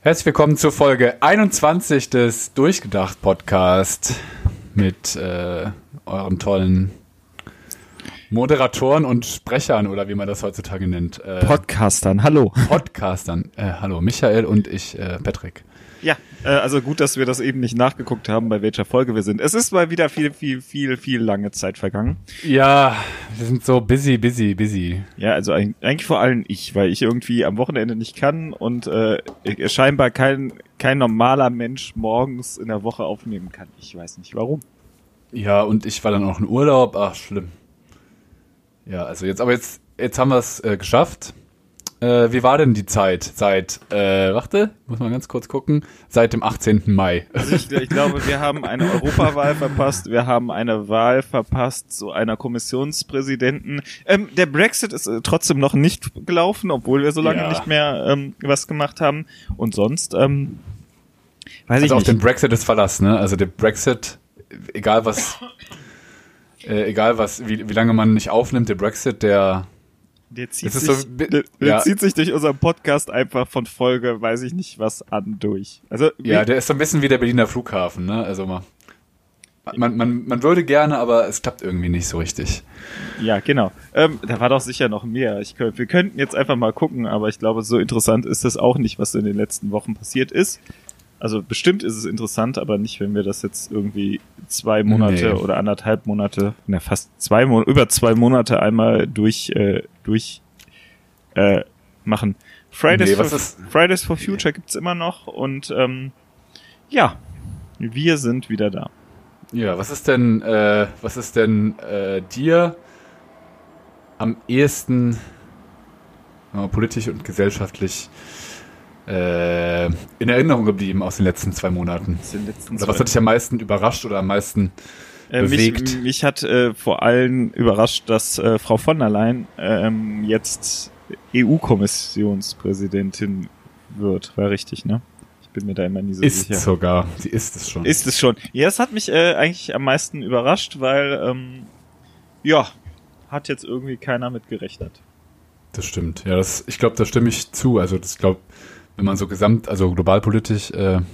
Herzlich willkommen zur Folge 21 des Durchgedacht-Podcast mit euren tollen Moderatoren und Sprechern oder wie man das heutzutage nennt. Podcastern, hallo. Hallo, Michael und ich, Patrick. Ja, also gut, dass wir das eben nicht nachgeguckt haben, bei welcher Folge wir sind. Es ist mal wieder viel lange Zeit vergangen. Ja, wir sind so busy. Ja, also eigentlich vor allem ich, weil ich irgendwie am Wochenende nicht kann und scheinbar kein normaler Mensch morgens in der Woche aufnehmen kann. Ich weiß nicht warum. Ja, und ich war dann auch in Urlaub. Ach, schlimm. Ja, also jetzt haben wir es geschafft. Wie war denn die Zeit seit, muss man ganz kurz gucken, seit dem 18. Mai? Also ich glaube, wir haben eine Europawahl verpasst, wir haben eine Wahl verpasst zu einer Kommissionspräsidenten. Der Brexit ist trotzdem noch nicht gelaufen, obwohl wir so lange nicht mehr was gemacht haben. Und sonst, weiß ich nicht. Auf den Brexit ist Verlass, ne? Also der Brexit, egal wie lange man nicht aufnimmt, der Brexit, der zieht sich durch unseren Podcast einfach von Folge, weiß ich nicht was an durch. Also ja, der ist so ein bisschen wie der Berliner Flughafen, ne? Also man würde gerne, aber es klappt irgendwie nicht so richtig. Ja, genau. Da war doch sicher noch mehr. Wir könnten jetzt einfach mal gucken, aber ich glaube, so interessant ist das auch nicht, was in den letzten Wochen passiert ist. Also bestimmt ist es interessant, aber nicht, wenn wir das jetzt irgendwie 2 Monate oder 1,5 Monate, fast über 2 Monate einmal durch machen. Fridays for Future gibt's immer noch und ja, wir sind wieder da. Ja, was ist denn dir am ehesten politisch und gesellschaftlich in Erinnerung geblieben aus den letzten 2 Monaten? Oder was hat dich am meisten überrascht oder am meisten bewegt? Mich hat vor allem überrascht, dass Frau von der Leyen jetzt EU-Kommissionspräsidentin wird. War richtig, ne? Ich bin mir da immer nie so sicher. Sie ist es schon. Ist es schon. Ja, es hat mich eigentlich am meisten überrascht, weil hat jetzt irgendwie keiner mit gerechnet. Das stimmt. Ja, ich glaube, da stimme ich zu. Also wenn man so globalpolitisch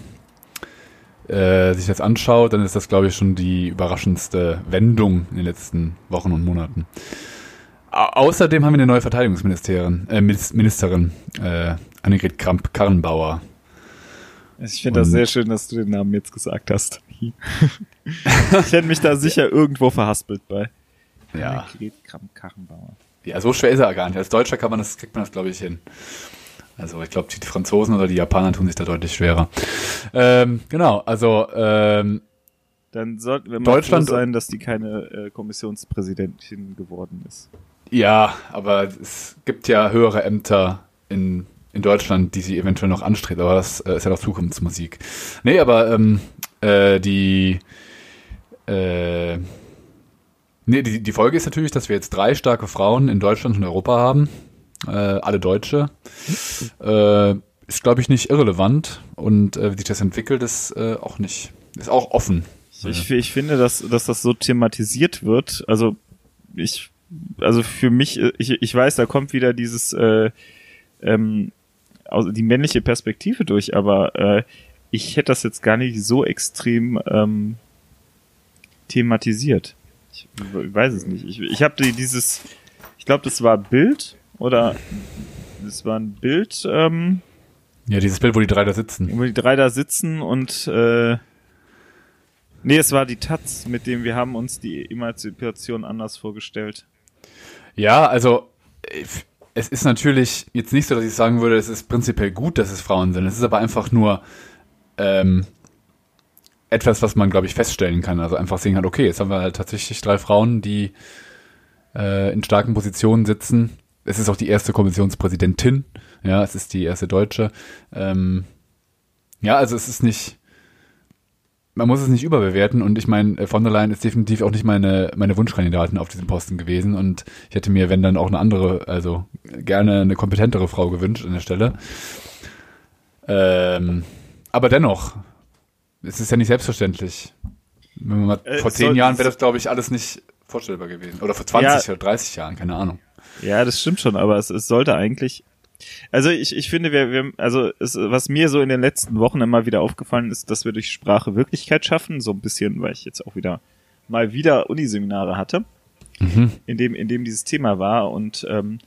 sich das anschaut, dann ist das, glaube ich, schon die überraschendste Wendung in den letzten Wochen und Monaten. Außerdem haben wir eine neue Verteidigungsministerin, Annegret Kramp-Karrenbauer. Ich finde das sehr schön, dass du den Namen jetzt gesagt hast. Ich hätte mich da sicher irgendwo verhaspelt bei. Ja. Annegret Kramp-Karrenbauer. Ja, so schwer ist er gar nicht. Als Deutscher kriegt man das, glaube ich, hin. Also ich glaube, die Franzosen oder die Japaner tun sich da deutlich schwerer. Genau, also dann sollten wir mal Deutschland froh sein, dass die keine Kommissionspräsidentin geworden ist. Ja, aber es gibt ja höhere Ämter in Deutschland, die sie eventuell noch anstrebt, aber das ist ja doch Zukunftsmusik. Nee, aber die Folge ist natürlich, dass wir jetzt 3 starke Frauen in Deutschland und Europa haben. Alle Deutsche. Ist, glaube ich, nicht irrelevant. Und wie sich das entwickelt, ist auch nicht. Ist auch offen. Ich finde, dass das so thematisiert wird. Also für mich, ich weiß, da kommt wieder dieses die männliche Perspektive durch, aber ich hätte das jetzt gar nicht so extrem thematisiert. Ich weiß es nicht. Ich habe ich glaube, das war Bild. Oder es war ein Bild. Ja, dieses Bild, wo die 3 da sitzen. Wo die 3 da sitzen und es war die Taz, mit dem wir haben uns die Emanzipation anders vorgestellt. Ja, also es ist natürlich jetzt nicht so, dass ich sagen würde, es ist prinzipiell gut, dass es Frauen sind. Es ist aber einfach nur etwas, was man, glaube ich, feststellen kann. Also einfach sehen kann, okay, jetzt haben wir halt tatsächlich 3 Frauen, die in starken Positionen sitzen. Es ist auch die erste Kommissionspräsidentin, ja, es ist die erste Deutsche. Ja, also es ist nicht, man muss es nicht überbewerten und ich meine, von der Leyen ist definitiv auch nicht meine Wunschkandidatin auf diesem Posten gewesen und ich hätte mir, wenn dann auch eine andere, also gerne eine kompetentere Frau gewünscht an der Stelle. Aber dennoch, es ist ja nicht selbstverständlich. Wenn man mal, vor 10 Jahren wäre das, glaube ich, alles nicht vorstellbar gewesen. Oder vor 20 oder 30 Jahren, keine Ahnung. Ja, das stimmt schon, aber es sollte eigentlich, Also ich finde, was mir so in den letzten Wochen immer wieder aufgefallen ist, dass wir durch Sprache Wirklichkeit schaffen, so ein bisschen, weil ich jetzt auch mal wieder Uniseminare hatte, in dem dieses Thema war und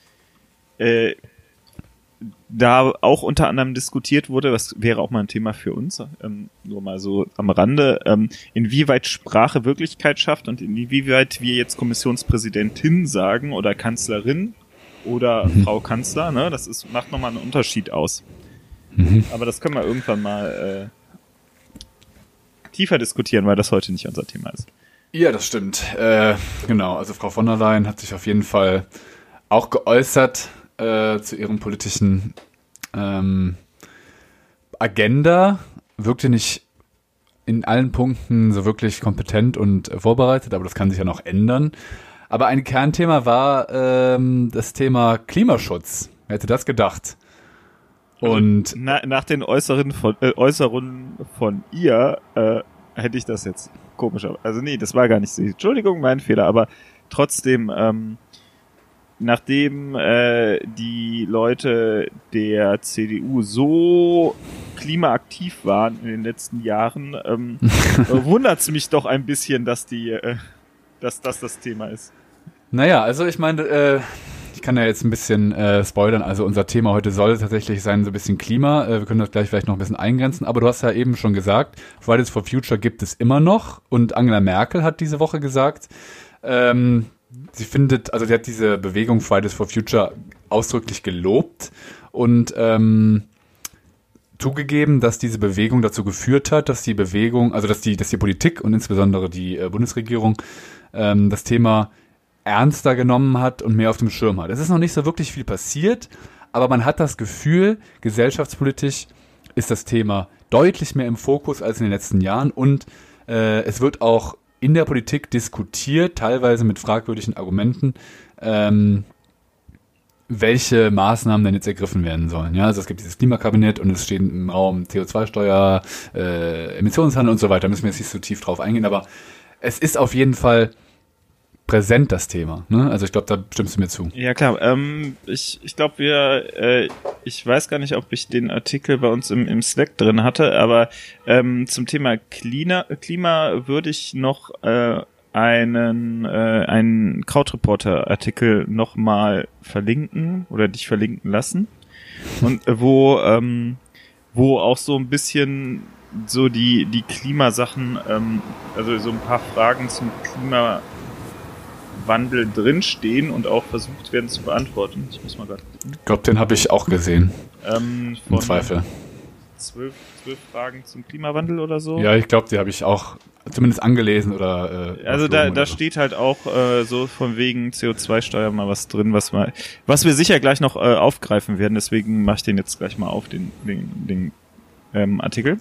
da auch unter anderem diskutiert wurde, das wäre auch mal ein Thema für uns, nur mal so am Rande, inwieweit Sprache Wirklichkeit schafft und inwieweit wir jetzt Kommissionspräsidentin sagen oder Kanzlerin oder Frau Kanzler, ne? Macht nochmal einen Unterschied aus. Aber das können wir irgendwann mal tiefer diskutieren, weil das heute nicht unser Thema ist. Ja, das stimmt. Genau, also Frau von der Leyen hat sich auf jeden Fall auch geäußert zu ihrem politischen Agenda. Wirkte nicht in allen Punkten so wirklich kompetent und vorbereitet, aber das kann sich ja noch ändern. Aber ein Kernthema war das Thema Klimaschutz. Wer hätte das gedacht? Und nach den Äußerungen von ihr hätte ich das jetzt komisch. Also nee, das war gar nicht so. Entschuldigung, mein Fehler. Aber trotzdem, nachdem die Leute der CDU so klimaaktiv waren in den letzten Jahren, wundert es mich doch ein bisschen, dass das Thema ist. Naja, also ich meine, ich kann ja jetzt ein bisschen spoilern, also unser Thema heute soll tatsächlich sein, so ein bisschen Klima, wir können das gleich vielleicht noch ein bisschen eingrenzen, aber du hast ja eben schon gesagt, Fridays for Future gibt es immer noch und Angela Merkel hat diese Woche gesagt, sie hat diese Bewegung Fridays for Future ausdrücklich gelobt und zugegeben, dass diese Bewegung dazu geführt hat, dass die Politik und insbesondere die Bundesregierung das Thema ernster genommen hat und mehr auf dem Schirm hat. Es ist noch nicht so wirklich viel passiert, aber man hat das Gefühl, gesellschaftspolitisch ist das Thema deutlich mehr im Fokus als in den letzten Jahren und es wird auch in der Politik diskutiert, teilweise mit fragwürdigen Argumenten, welche Maßnahmen denn jetzt ergriffen werden sollen. Ja, also es gibt dieses Klimakabinett und es steht im Raum CO2-Steuer, Emissionshandel und so weiter. Da müssen wir jetzt nicht so tief drauf eingehen, aber es ist auf jeden Fall präsent, das Thema. Ne? Also ich glaube, da stimmst du mir zu. Ja, klar. Ich glaube, ich weiß gar nicht, ob ich den Artikel bei uns im Slack drin hatte, aber zum Thema Klima würde ich noch einen Krautreporter-Artikel nochmal verlinken oder dich verlinken lassen. Und wo auch so ein bisschen so die Klimasachen, also so ein paar Fragen zum Klimawandel drinstehen und auch versucht werden zu beantworten. Ich muss mal gerade gucken. Ich glaube, den habe ich auch gesehen. Im Zweifel. 12 Fragen zum Klimawandel oder so. Ja, ich glaube, die habe ich auch zumindest angelesen oder also da steht halt auch so von wegen CO2-Steuer mal was drin, was wir sicher gleich noch aufgreifen werden, deswegen mache ich den jetzt gleich mal auf, den Artikel.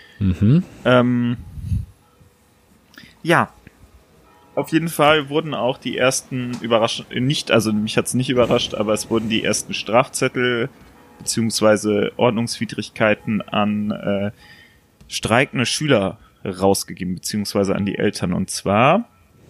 Ja, auf jeden Fall wurden auch die ersten mich hat's nicht überrascht, aber es wurden die ersten Strafzettel beziehungsweise Ordnungswidrigkeiten an streikende Schüler rausgegeben, beziehungsweise an die Eltern. Und zwar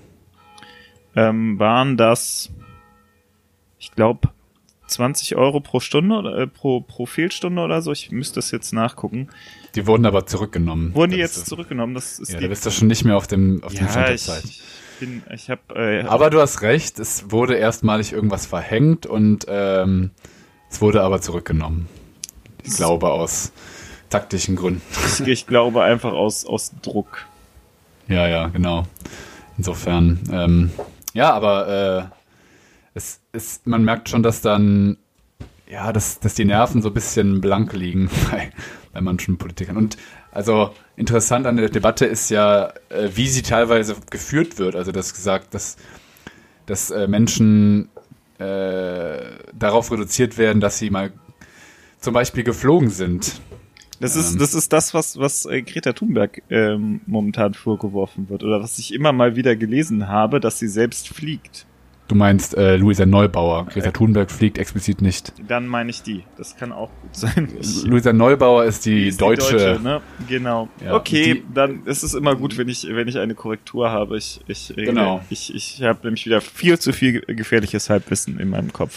waren das, ich glaube, 20 Euro pro Stunde oder pro Fehlstunde oder so. Ich müsste das jetzt nachgucken. Die wurden aber zurückgenommen. Wurden die jetzt zurückgenommen? Das ist ja, da bist du schon nicht mehr auf dem Stand der Zeit. Aber du hast recht, es wurde erstmalig irgendwas verhängt und es wurde aber zurückgenommen. Ich glaube aus taktischen Gründen. Ich glaube einfach aus Druck. Ja, genau. Insofern, aber man merkt schon, dass dann, dass die Nerven so ein bisschen blank liegen bei manchen Politikern. Und also interessant an der Debatte ist ja, wie sie teilweise geführt wird. Also das gesagt, dass Menschen darauf reduziert werden, dass sie mal zum Beispiel geflogen sind. Das ist das, was Greta Thunberg momentan vorgeworfen wird oder was ich immer mal wieder gelesen habe, dass sie selbst fliegt. Du meinst Luisa Neubauer. Greta Thunberg fliegt explizit nicht. Dann meine ich die. Das kann auch gut sein. Luisa Neubauer ist die Deutsche. Ne? Genau. Ja, okay, dann ist es immer gut, wenn ich eine Korrektur habe. Ich habe nämlich wieder viel zu viel gefährliches Halbwissen in meinem Kopf.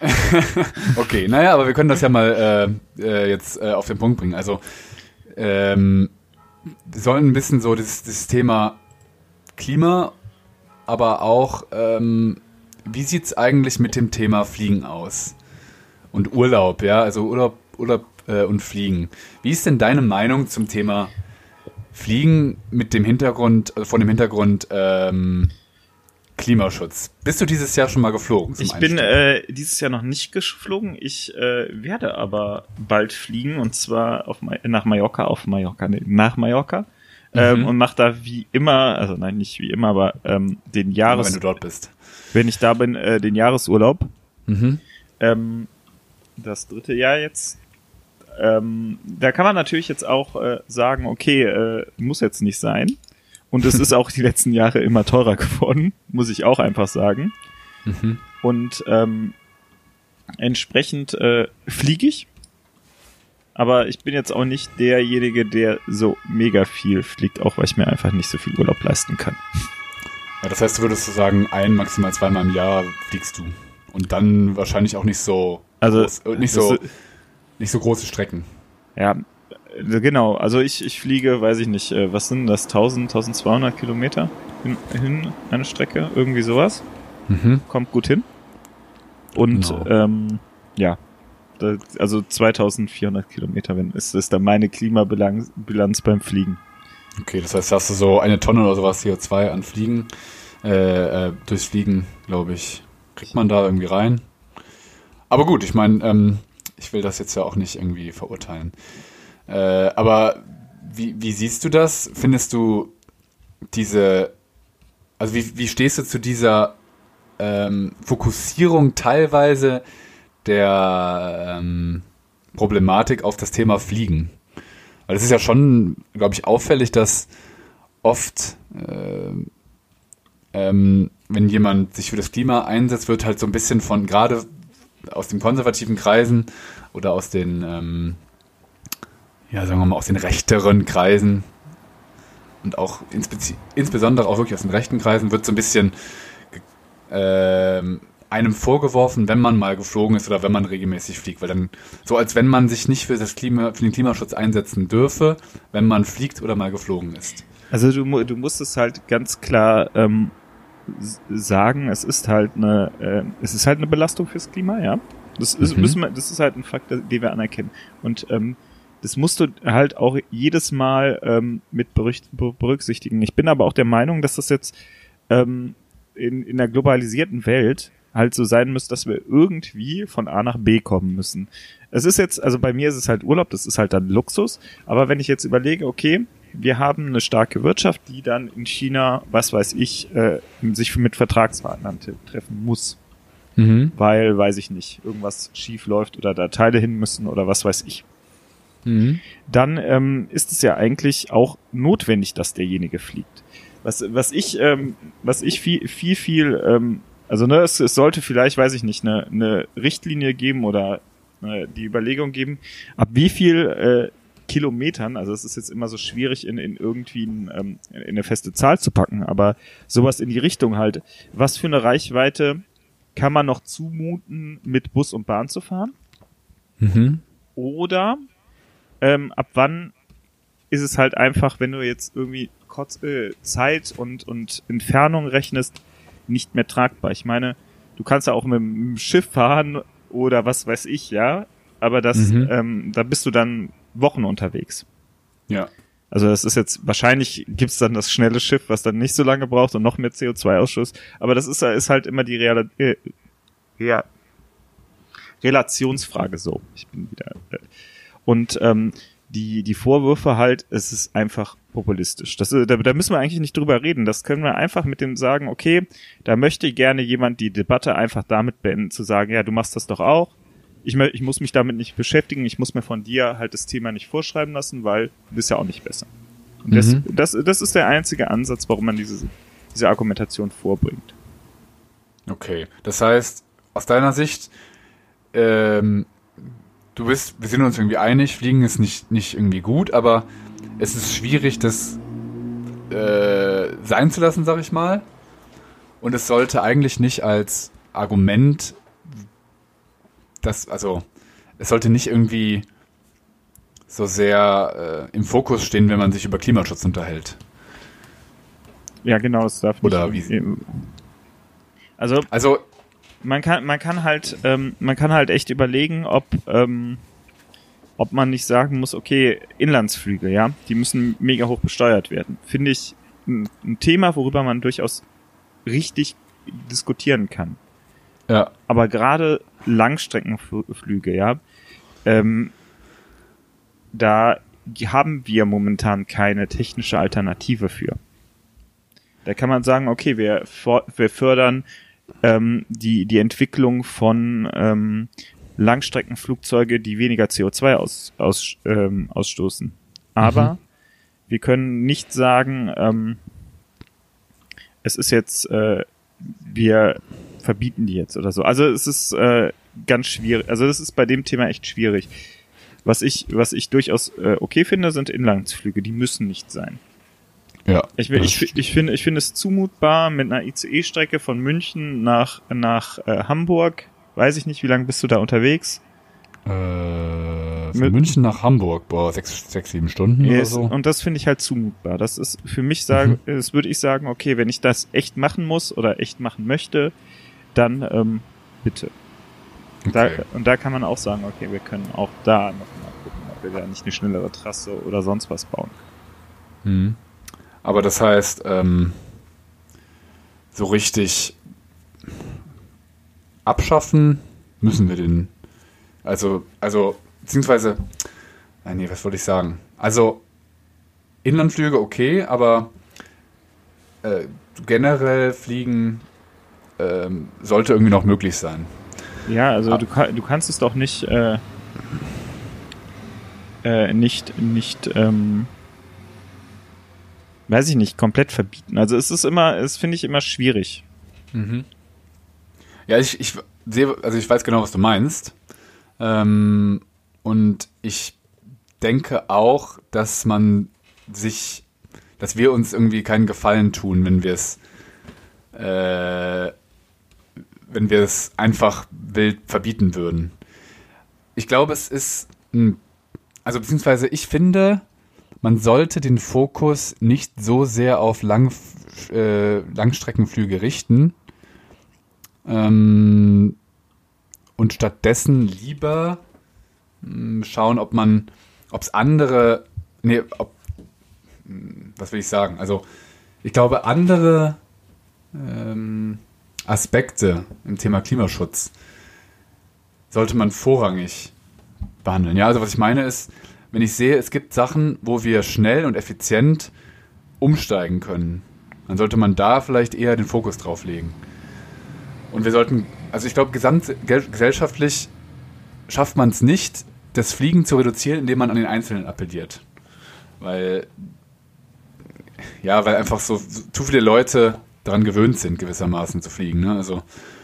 Okay, naja, aber wir können das ja mal jetzt auf den Punkt bringen. Also, wir sollen ein bisschen so das Thema Klima, aber auch, wie sieht's eigentlich mit dem Thema Fliegen aus? Und Urlaub, ja, also Urlaub und Fliegen. Wie ist denn deine Meinung zum Thema Fliegen mit dem Hintergrund, von dem Hintergrund Klimaschutz? Bist du dieses Jahr schon mal geflogen? Ich bin dieses Jahr noch nicht geflogen. Ich werde aber bald fliegen, und zwar nach Mallorca, nach Mallorca. Und mache da wie immer, also nein, nicht wie immer, aber den Jahres... Wenn du dort bist. Wenn ich da bin, den Jahresurlaub. Mhm. Das 3. Jahr jetzt. Da kann man natürlich jetzt auch sagen, okay, muss jetzt nicht sein. Und es ist auch die letzten Jahre immer teurer geworden, muss ich auch einfach sagen. Mhm. Und entsprechend fliege ich. Aber ich bin jetzt auch nicht derjenige, der so mega viel fliegt, auch weil ich mir einfach nicht so viel Urlaub leisten kann. Ja, das heißt, du würdest sagen, maximal 2-mal im Jahr fliegst du. Und dann wahrscheinlich auch nicht so nicht so große Strecken. Ja, genau. Also ich fliege, weiß ich nicht, was sind das, 1200 Kilometer hin eine Strecke? Irgendwie sowas. Mhm. Kommt gut hin. Und Genau. ja, also 2400 Kilometer ist dann meine Klimabilanz beim Fliegen. Okay, das heißt, hast du so 1 Tonne oder sowas CO2 an Fliegen, durchs Fliegen, glaube ich, kriegt man da irgendwie rein. Aber gut, ich meine, ich will das jetzt ja auch nicht irgendwie verurteilen. Aber wie siehst du das? Findest du also wie stehst du zu dieser Fokussierung teilweise der Problematik auf das Thema Fliegen? Weil es ist ja schon, glaube ich, auffällig, dass oft, wenn jemand sich für das Klima einsetzt, wird halt so ein bisschen gerade aus den konservativen Kreisen oder aus den, sagen wir mal, aus den rechteren Kreisen und auch insbesondere auch wirklich aus den rechten Kreisen wird so ein bisschen einem vorgeworfen, wenn man mal geflogen ist oder wenn man regelmäßig fliegt, weil dann so, als wenn man sich nicht für den Klimaschutz einsetzen dürfe, wenn man fliegt oder mal geflogen ist. Also du musst es halt ganz klar sagen, es ist halt eine Belastung fürs Klima, ja. Das ist halt ein Fakt, den wir anerkennen. Und das musst du halt auch jedes Mal mit berücksichtigen. Ich bin aber auch der Meinung, dass das jetzt in der globalisierten Welt halt so sein müsste, dass wir irgendwie von A nach B kommen müssen. Es ist jetzt, also bei mir ist es halt Urlaub, das ist halt dann Luxus, aber wenn ich jetzt überlege, okay, wir haben eine starke Wirtschaft, die dann in China, was weiß ich, sich mit Vertragspartnern treffen muss. Mhm. Weil, weiß ich nicht, irgendwas schief läuft oder da Teile hin müssen oder was weiß ich. Mhm. Dann ist es ja eigentlich auch notwendig, dass derjenige fliegt. Was ich viel also es sollte vielleicht, weiß ich nicht, eine Richtlinie geben oder die Überlegung geben, ab wie viel Kilometern, also es ist jetzt immer so schwierig in irgendwie in eine feste Zahl zu packen, aber sowas in die Richtung halt, was für eine Reichweite kann man noch zumuten, mit Bus und Bahn zu fahren? Mhm. Oder ab wann ist es halt einfach, wenn du jetzt irgendwie Zeit und Entfernung rechnest, nicht mehr tragbar. Ich meine, du kannst ja auch mit dem Schiff fahren oder was weiß ich, ja, aber da bist du dann Wochen unterwegs. Ja. Also das ist jetzt, wahrscheinlich gibt's dann das schnelle Schiff, was dann nicht so lange braucht und noch mehr CO2-Ausschuss, aber das ist halt immer die Relationsfrage so. Ich bin wieder und die Vorwürfe halt, es ist einfach populistisch. Da müssen wir eigentlich nicht drüber reden. Das können wir einfach mit dem sagen, okay, da möchte gerne jemand die Debatte einfach damit beenden, zu sagen, ja, du machst das doch auch. Ich muss mich damit nicht beschäftigen, ich muss mir von dir halt das Thema nicht vorschreiben lassen, weil du bist ja auch nicht besser. Und das ist der einzige Ansatz, warum man diese Argumentation vorbringt. Okay, das heißt, aus deiner Sicht, wir sind uns irgendwie einig, Fliegen ist nicht irgendwie gut, aber es ist schwierig, das sein zu lassen, sag ich mal. Und es sollte eigentlich nicht als Argument es sollte nicht irgendwie so sehr im Fokus stehen, wenn man sich über Klimaschutz unterhält. Ja, genau, es darf Oder nicht. wie? Also man kann halt echt überlegen, ob man nicht sagen muss, okay, Inlandsflüge, ja, die müssen mega hoch besteuert werden. Finde ich ein Thema, worüber man durchaus richtig diskutieren kann. Ja. Aber gerade Langstreckenflüge, ja, da haben wir momentan keine technische Alternative für. Da kann man sagen, okay, wir fördern die Entwicklung von Langstreckenflugzeuge, die weniger CO2 ausstoßen. Aber wir können nicht sagen, es ist jetzt, wir verbieten die jetzt oder so. Also es ist ganz schwierig. Also das ist bei dem Thema echt schwierig. Was ich durchaus okay finde, sind Inlandsflüge. Die müssen nicht sein. Ja. Ich finde es zumutbar mit einer ICE-Strecke von München nach Hamburg. Weiß ich nicht, wie lange bist du da unterwegs? Von München nach Hamburg, 6, 7 Stunden oder so. Und das finde ich halt zumutbar. Das ist für mich das würde ich sagen, okay, wenn ich das echt machen muss oder echt machen möchte, dann bitte. Okay. Da kann man auch sagen, okay, wir können auch da nochmal gucken, ob wir da nicht eine schnellere Trasse oder sonst was bauen können. Aber das heißt, so richtig abschaffen müssen wir den. Also, beziehungsweise, was wollte ich sagen? Also, Inlandflüge okay, aber generell fliegen sollte irgendwie noch möglich sein. Ja, also du kannst es doch nicht weiß ich nicht, komplett verbieten. Also es finde ich immer schwierig. Ja, ich weiß genau, was du meinst. Und ich denke auch, dass wir uns irgendwie keinen Gefallen tun, wenn wir es einfach wild verbieten würden. Ich glaube, es ist beziehungsweise ich finde, man sollte den Fokus nicht so sehr auf Langstreckenflüge richten und stattdessen lieber schauen, was will ich sagen? Also ich glaube, andere Aspekte im Thema Klimaschutz sollte man vorrangig behandeln. Ja, also was ich meine ist, wenn ich sehe, es gibt Sachen, wo wir schnell und effizient umsteigen können, dann sollte man da vielleicht eher den Fokus drauf legen. Und wir sollten, also ich glaube, gesellschaftlich schafft man es nicht, das Fliegen zu reduzieren, indem man an den Einzelnen appelliert. Weil einfach so zu viele Leute daran gewöhnt sind, gewissermaßen zu fliegen. Ne? Also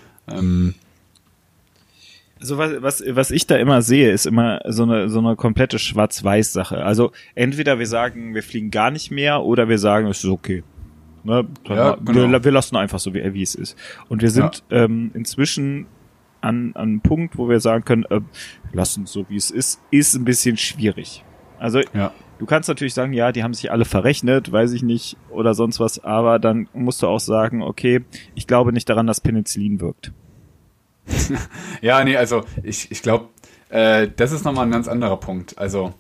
was ich da immer sehe, ist immer so eine komplette Schwarz-Weiß-Sache. Also entweder wir sagen, wir fliegen gar nicht mehr, oder wir sagen, es ist okay. Ne? Ja, genau. Wir lassen einfach so, wie es ist. Und wir sind inzwischen an einem Punkt, wo wir sagen können, lassen so, wie es ist ein bisschen schwierig. Also du kannst natürlich sagen, ja, die haben sich alle verrechnet, weiß ich nicht, oder sonst was, aber dann musst du auch sagen, okay, ich glaube nicht daran, dass Penicillin wirkt. Ja, nee, also ich glaube, das ist nochmal ein ganz anderer Punkt. Also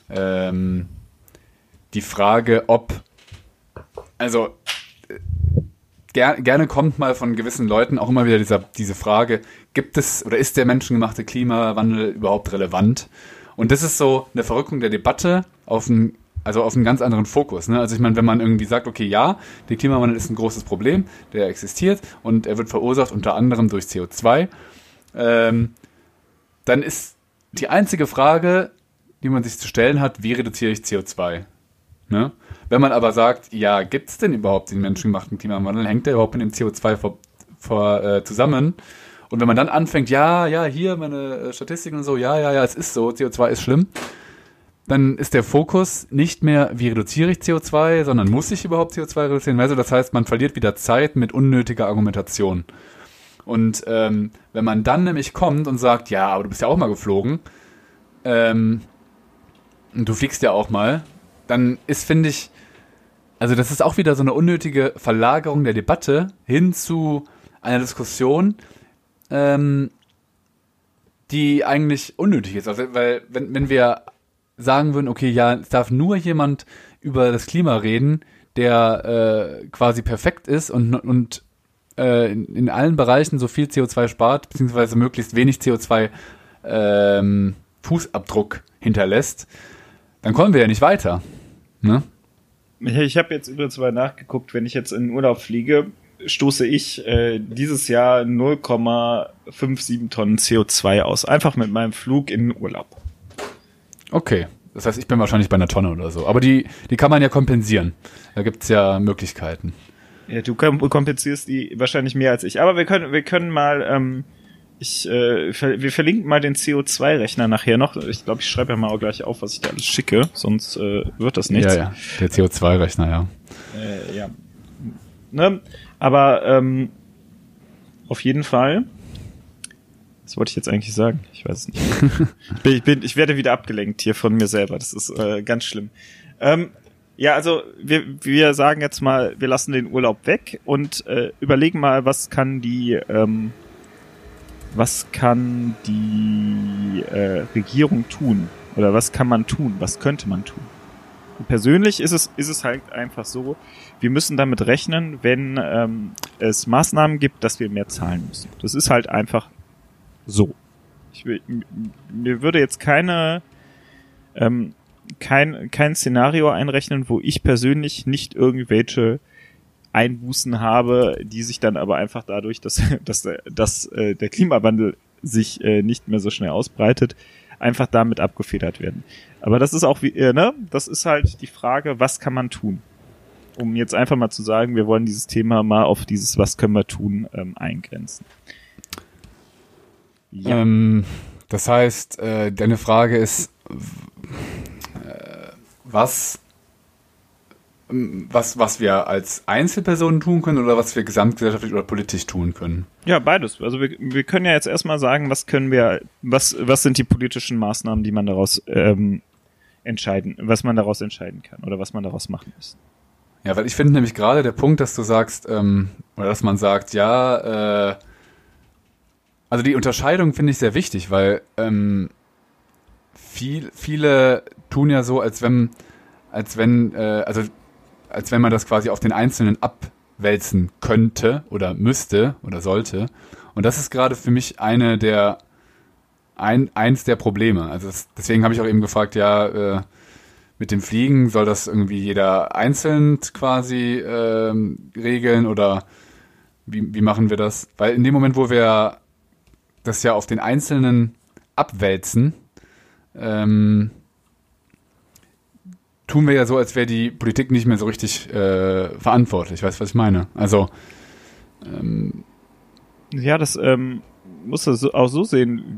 die Frage, gerne kommt mal von gewissen Leuten auch immer wieder diese Frage, gibt es oder ist der menschengemachte Klimawandel überhaupt relevant? Und das ist so eine Verrückung der Debatte auf einen ganz anderen Fokus. Ne? Also ich meine, wenn man irgendwie sagt, okay, ja, der Klimawandel ist ein großes Problem, der existiert und er wird verursacht unter anderem durch CO2, dann ist die einzige Frage, die man sich zu stellen hat, wie reduziere ich CO2? Ne? Wenn man aber sagt, ja, gibt es denn überhaupt den menschengemachten Klimawandel? Hängt der überhaupt mit dem CO2 zusammen? Und wenn man dann anfängt, hier meine Statistiken und so, es ist so, CO2 ist schlimm, dann ist der Fokus nicht mehr, wie reduziere ich CO2, sondern muss ich überhaupt CO2 reduzieren? Also das heißt, man verliert wieder Zeit mit unnötiger Argumentation. Und wenn man dann nämlich kommt und sagt, ja, aber du bist ja auch mal geflogen, und du fliegst ja auch mal, dann ist, finde ich, also das ist auch wieder so eine unnötige Verlagerung der Debatte hin zu einer Diskussion, die eigentlich unnötig ist. Also, weil wenn wir sagen würden, okay, ja, es darf nur jemand über das Klima reden, der quasi perfekt ist und in allen Bereichen so viel CO2 spart, beziehungsweise möglichst wenig CO2 Fußabdruck hinterlässt, dann kommen wir ja nicht weiter. Ne? Ich habe jetzt übrigens mal nachgeguckt, wenn ich jetzt in den Urlaub fliege, stoße ich dieses Jahr 0,57 Tonnen CO2 aus. Einfach mit meinem Flug in den Urlaub. Okay. Das heißt, ich bin wahrscheinlich bei einer Tonne oder so. Aber die kann man ja kompensieren. Da gibt's ja Möglichkeiten. Ja, du kompensierst die wahrscheinlich mehr als ich. Aber wir können mal, wir verlinken mal den CO2-Rechner nachher noch. Ich glaube, ich schreibe ja mal auch gleich auf, was ich da alles schicke. Sonst wird das nichts. Ja, der CO2-Rechner, ja. Ja. Ne? Aber auf jeden Fall. Was wollte ich jetzt eigentlich sagen? Ich weiß es nicht. Ich werde wieder abgelenkt hier von mir selber. Das ist ganz schlimm. Ja, also wir sagen jetzt mal, wir lassen den Urlaub weg und überlegen mal, was kann die Regierung tun? Oder was kann man tun? Was könnte man tun? Und persönlich ist es halt einfach so, wir müssen damit rechnen, wenn es Maßnahmen gibt, dass wir mehr zahlen müssen. Das ist halt einfach so. Mir würde jetzt kein Szenario einrechnen, wo ich persönlich nicht irgendwelche Einbußen habe, die sich dann aber einfach dadurch, dass der Klimawandel sich nicht mehr so schnell ausbreitet, einfach damit abgefedert werden. Aber das ist auch das ist halt die Frage, was kann man tun? Um jetzt einfach mal zu sagen, wir wollen dieses Thema mal auf dieses was können wir tun eingrenzen. Ja. Das heißt, deine Frage ist, was wir als Einzelpersonen tun können oder was wir gesamtgesellschaftlich oder politisch tun können? Ja, beides. Also wir können ja jetzt erstmal sagen, was sind die politischen Maßnahmen, die man daraus was man daraus entscheiden kann oder was man daraus machen muss. Ja, weil ich finde nämlich gerade der Punkt, dass du sagst, oder dass man sagt, ja, also die Unterscheidung finde ich sehr wichtig, weil viele tun ja so, als wenn man das quasi auf den Einzelnen abwälzen könnte oder müsste oder sollte. Und das ist gerade für mich eins der Probleme. Also deswegen habe ich auch eben gefragt, ja, mit dem Fliegen soll das irgendwie jeder einzeln quasi regeln oder wie machen wir das? Weil in dem Moment, wo wir das ja auf den Einzelnen abwälzen, tun wir ja so, als wäre die Politik nicht mehr so richtig verantwortlich. Weißt du, was ich meine? Also ja, das musst du auch so sehen.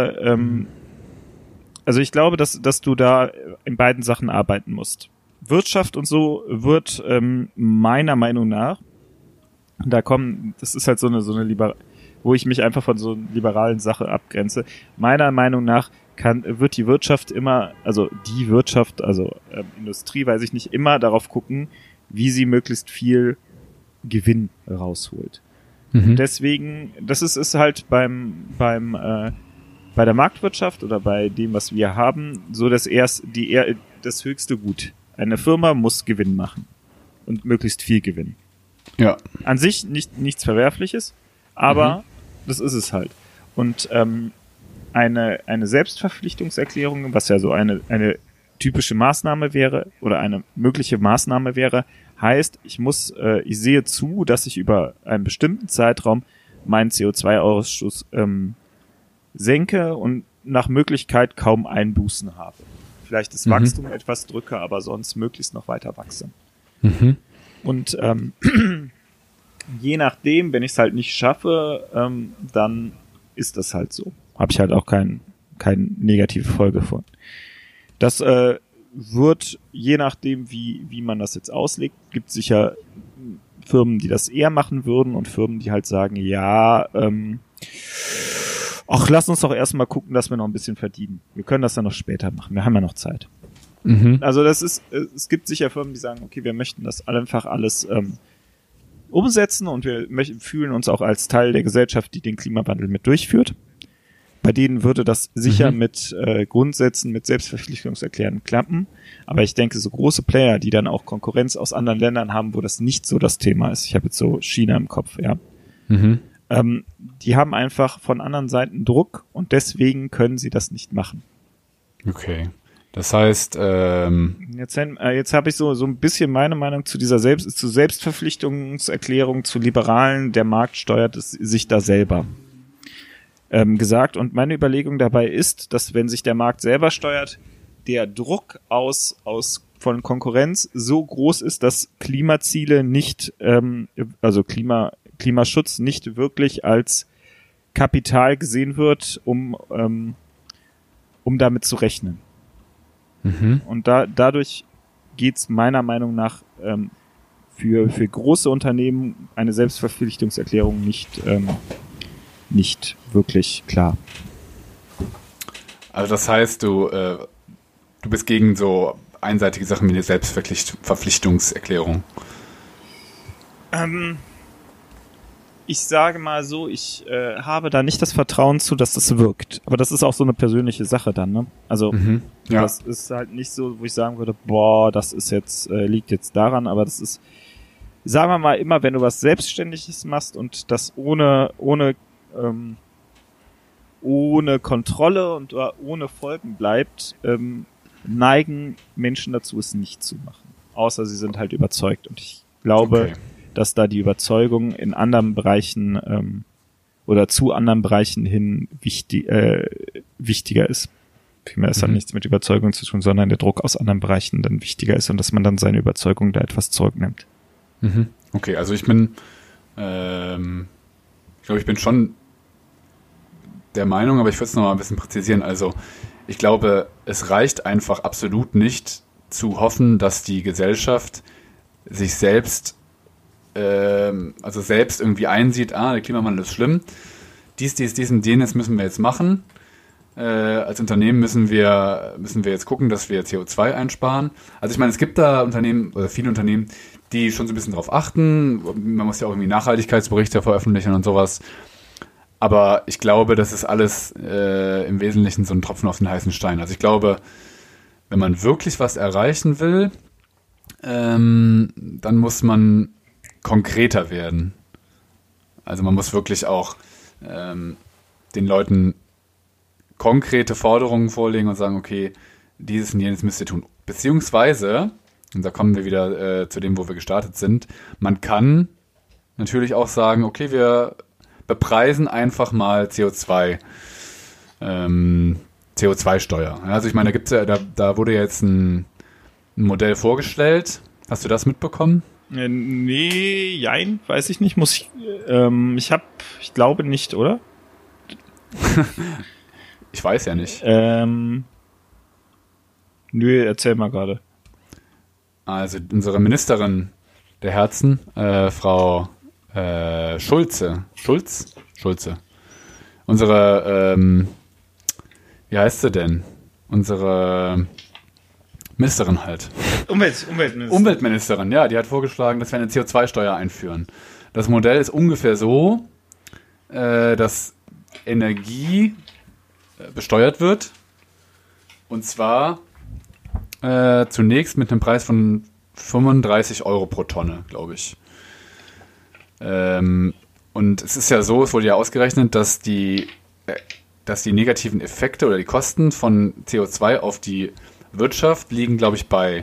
Also ich glaube, dass du da in beiden Sachen arbeiten musst. Wirtschaft und so wird meiner Meinung nach, das ist halt so eine wo ich mich einfach von so einer liberalen Sache abgrenze. Meiner Meinung nach wird die Wirtschaft immer, also Industrie, weiß ich nicht, immer darauf gucken, wie sie möglichst viel Gewinn rausholt. Mhm. Deswegen, das ist halt bei der Marktwirtschaft oder bei dem, was wir haben, so das höchste Gut. Eine Firma muss Gewinn machen und möglichst viel Gewinn. Ja. An sich nichts Verwerfliches, aber das ist es halt. Und eine Selbstverpflichtungserklärung, was ja so eine typische Maßnahme wäre oder eine mögliche Maßnahme wäre, heißt, ich sehe zu, dass ich über einen bestimmten Zeitraum meinen CO2-Ausstoß senke und nach Möglichkeit kaum Einbußen habe. Vielleicht das Wachstum etwas drücke, aber sonst möglichst noch weiter wachse. Mhm. Und je nachdem, wenn ich es halt nicht schaffe, dann ist das halt so. Habe ich halt auch keine negative Folge von. Das wird, je nachdem, wie man das jetzt auslegt, gibt sicher Firmen, die das eher machen würden und Firmen, die halt sagen, ja, ach, lass uns doch erstmal gucken, dass wir noch ein bisschen verdienen. Wir können das dann noch später machen. Wir haben ja noch Zeit. Also es gibt sicher Firmen, die sagen, okay, wir möchten das einfach alles umsetzen und wir fühlen uns auch als Teil der Gesellschaft, die den Klimawandel mit durchführt. Bei denen würde das sicher mit Grundsätzen, mit Selbstverpflichtungserklären klappen. Aber ich denke, so große Player, die dann auch Konkurrenz aus anderen Ländern haben, wo das nicht so das Thema ist. Ich habe jetzt so China im Kopf, ja. Die haben einfach von anderen Seiten Druck und deswegen können sie das nicht machen. Okay. Das heißt, jetzt habe ich so ein bisschen meine Meinung zu dieser zu Selbstverpflichtungserklärung, zu Liberalen, der Markt steuert es sich da selber gesagt. Und meine Überlegung dabei ist, dass wenn sich der Markt selber steuert, der Druck von Konkurrenz so groß ist, dass Klimaziele nicht, also Klimaschutz nicht wirklich als Kapital gesehen wird, um damit zu rechnen. Und dadurch geht's meiner Meinung nach für große Unternehmen eine Selbstverpflichtungserklärung nicht wirklich klar. Also das heißt, du bist gegen so einseitige Sachen wie eine Selbstverpflichtungserklärung. Ich sage mal so, ich habe da nicht das Vertrauen zu, dass das wirkt. Aber das ist auch so eine persönliche Sache dann, ne? Also das ist halt nicht so, wo ich sagen würde, boah, das ist jetzt liegt jetzt daran, aber das ist, sagen wir mal, immer wenn du was Selbstständiges machst und das ohne Kontrolle und ohne Folgen bleibt, neigen Menschen dazu, es nicht zu machen. Außer sie sind halt überzeugt. Und ich glaube, dass da die Überzeugung in anderen Bereichen oder zu anderen Bereichen hin wichtiger ist. Vielmehr ist dann nichts mit Überzeugung zu tun, sondern der Druck aus anderen Bereichen dann wichtiger ist und dass man dann seine Überzeugung da etwas zurücknimmt. Okay, also ich glaube, ich bin schon der Meinung, aber ich würde es noch mal ein bisschen präzisieren. Also ich glaube, es reicht einfach absolut nicht zu hoffen, dass die Gesellschaft sich selbst irgendwie einsieht, der Klimawandel ist schlimm, dies und jenes müssen wir jetzt machen. Als Unternehmen müssen wir jetzt gucken, dass wir CO2 einsparen. Also ich meine, es gibt da Unternehmen, oder viele Unternehmen, die schon so ein bisschen drauf achten. Man muss ja auch irgendwie Nachhaltigkeitsberichte veröffentlichen und sowas. Aber ich glaube, das ist alles im Wesentlichen so ein Tropfen auf den heißen Stein. Also ich glaube, wenn man wirklich was erreichen will, dann muss man konkreter werden. Also man muss wirklich auch den Leuten konkrete Forderungen vorlegen und sagen, okay, dieses und jenes müsst ihr tun. Beziehungsweise, und da kommen wir wieder zu dem, wo wir gestartet sind, man kann natürlich auch sagen, okay, wir bepreisen einfach mal CO2-Steuer. Also ich meine, da wurde jetzt ein Modell vorgestellt. Hast du das mitbekommen? Nee, jein, weiß ich nicht. Ich glaube nicht, oder? Ich weiß ja nicht. Nö, erzähl mal gerade. Also unsere Ministerin der Herzen, Frau Schulze. Unsere, wie heißt sie denn? Unsere Ministerin halt. Umweltministerin, ja, die hat vorgeschlagen, dass wir eine CO2-Steuer einführen. Das Modell ist ungefähr so, dass Energie besteuert wird. Und zwar zunächst mit einem Preis von 35 Euro pro Tonne, glaube ich. Und es ist ja so, es wurde ja ausgerechnet, dass die negativen Effekte oder die Kosten von CO2 auf die Wirtschaft liegen, glaube ich, bei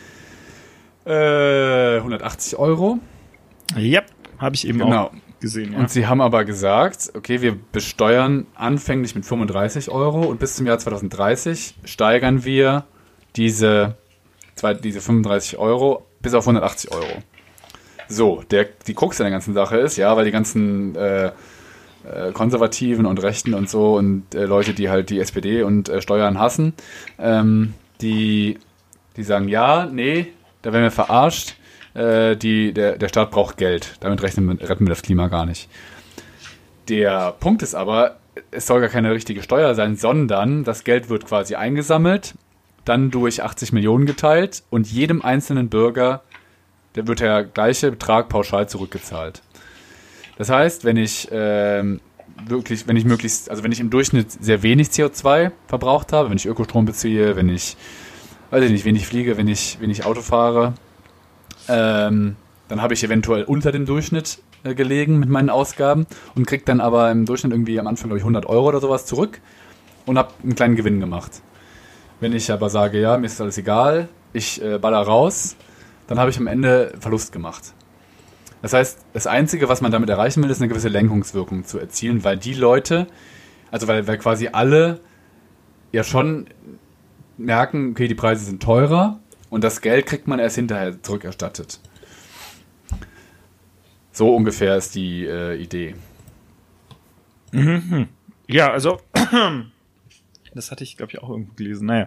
180 Euro. Ja, habe ich eben auch gesehen. Ja. Und sie haben aber gesagt, okay, wir besteuern anfänglich mit 35 Euro und bis zum Jahr 2030 steigern wir diese 35 Euro bis auf 180 Euro. So, die Krux an der ganzen Sache ist, ja, weil die ganzen Konservativen und Rechten und so und Leute, die halt die SPD und Steuern hassen, die sagen, ja, nee, da werden wir verarscht. der Staat braucht Geld. Damit retten wir das Klima gar nicht. Der Punkt ist aber, es soll gar keine richtige Steuer sein, sondern das Geld wird quasi eingesammelt, dann durch 80 Millionen geteilt und jedem einzelnen Bürger, der wird der gleiche Betrag pauschal zurückgezahlt. Das heißt, wenn ich im Durchschnitt sehr wenig CO2 verbraucht habe, wenn ich Ökostrom beziehe, wenn ich, weiß ich nicht, wenig fliege, wenn ich Auto fahre, dann habe ich eventuell unter dem Durchschnitt gelegen mit meinen Ausgaben und kriege dann aber im Durchschnitt irgendwie am Anfang, glaube ich, 100 Euro oder sowas zurück und habe einen kleinen Gewinn gemacht. Wenn ich aber sage, ja, mir ist alles egal, ich baller raus, dann habe ich am Ende Verlust gemacht. Das heißt, das Einzige, was man damit erreichen will, ist eine gewisse Lenkungswirkung zu erzielen, weil die Leute, also weil quasi alle ja schon merken, okay, die Preise sind teurer und das Geld kriegt man erst hinterher zurückerstattet. So ungefähr ist die Idee. Mhm. Ja, also das hatte ich, glaube ich, auch irgendwo gelesen. Naja,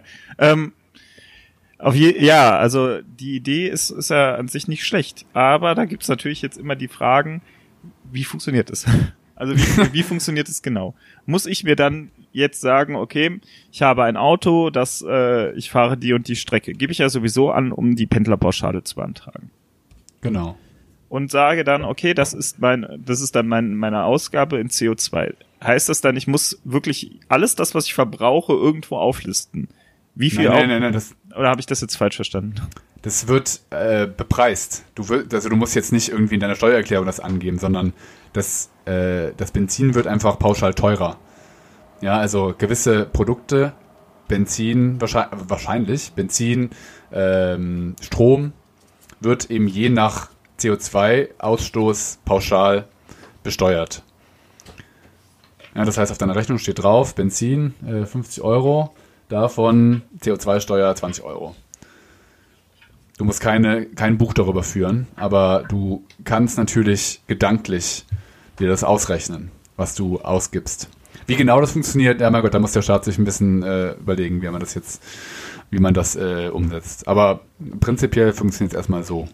also die Idee ist ja an sich nicht schlecht, aber da gibt's natürlich jetzt immer die Fragen, wie funktioniert es? Also wie funktioniert es genau? Muss ich mir dann jetzt sagen, okay, ich habe ein Auto, ich fahre die und die Strecke, gebe ich ja sowieso an, um die Pendlerpauschale zu beantragen. Genau. Und sage dann, okay, das ist dann meine Ausgabe in CO2. Heißt das dann, ich muss wirklich alles das, was ich verbrauche, irgendwo auflisten? Wie viel Nein, oder habe ich das jetzt falsch verstanden? Das wird bepreist. Du musst jetzt nicht irgendwie in deiner Steuererklärung das angeben, sondern das Benzin wird einfach pauschal teurer. Ja, also gewisse Produkte, Benzin, wahrscheinlich, Benzin, Strom, wird eben je nach CO2-Ausstoß pauschal besteuert. Ja, das heißt, auf deiner Rechnung steht drauf, Benzin 50 Euro, davon CO2-Steuer 20 Euro. Du musst kein Buch darüber führen, aber du kannst natürlich gedanklich dir das ausrechnen, was du ausgibst. Wie genau das funktioniert, ja mein Gott, da muss der Staat sich ein bisschen überlegen, wie man das umsetzt. Aber prinzipiell funktioniert es erstmal so.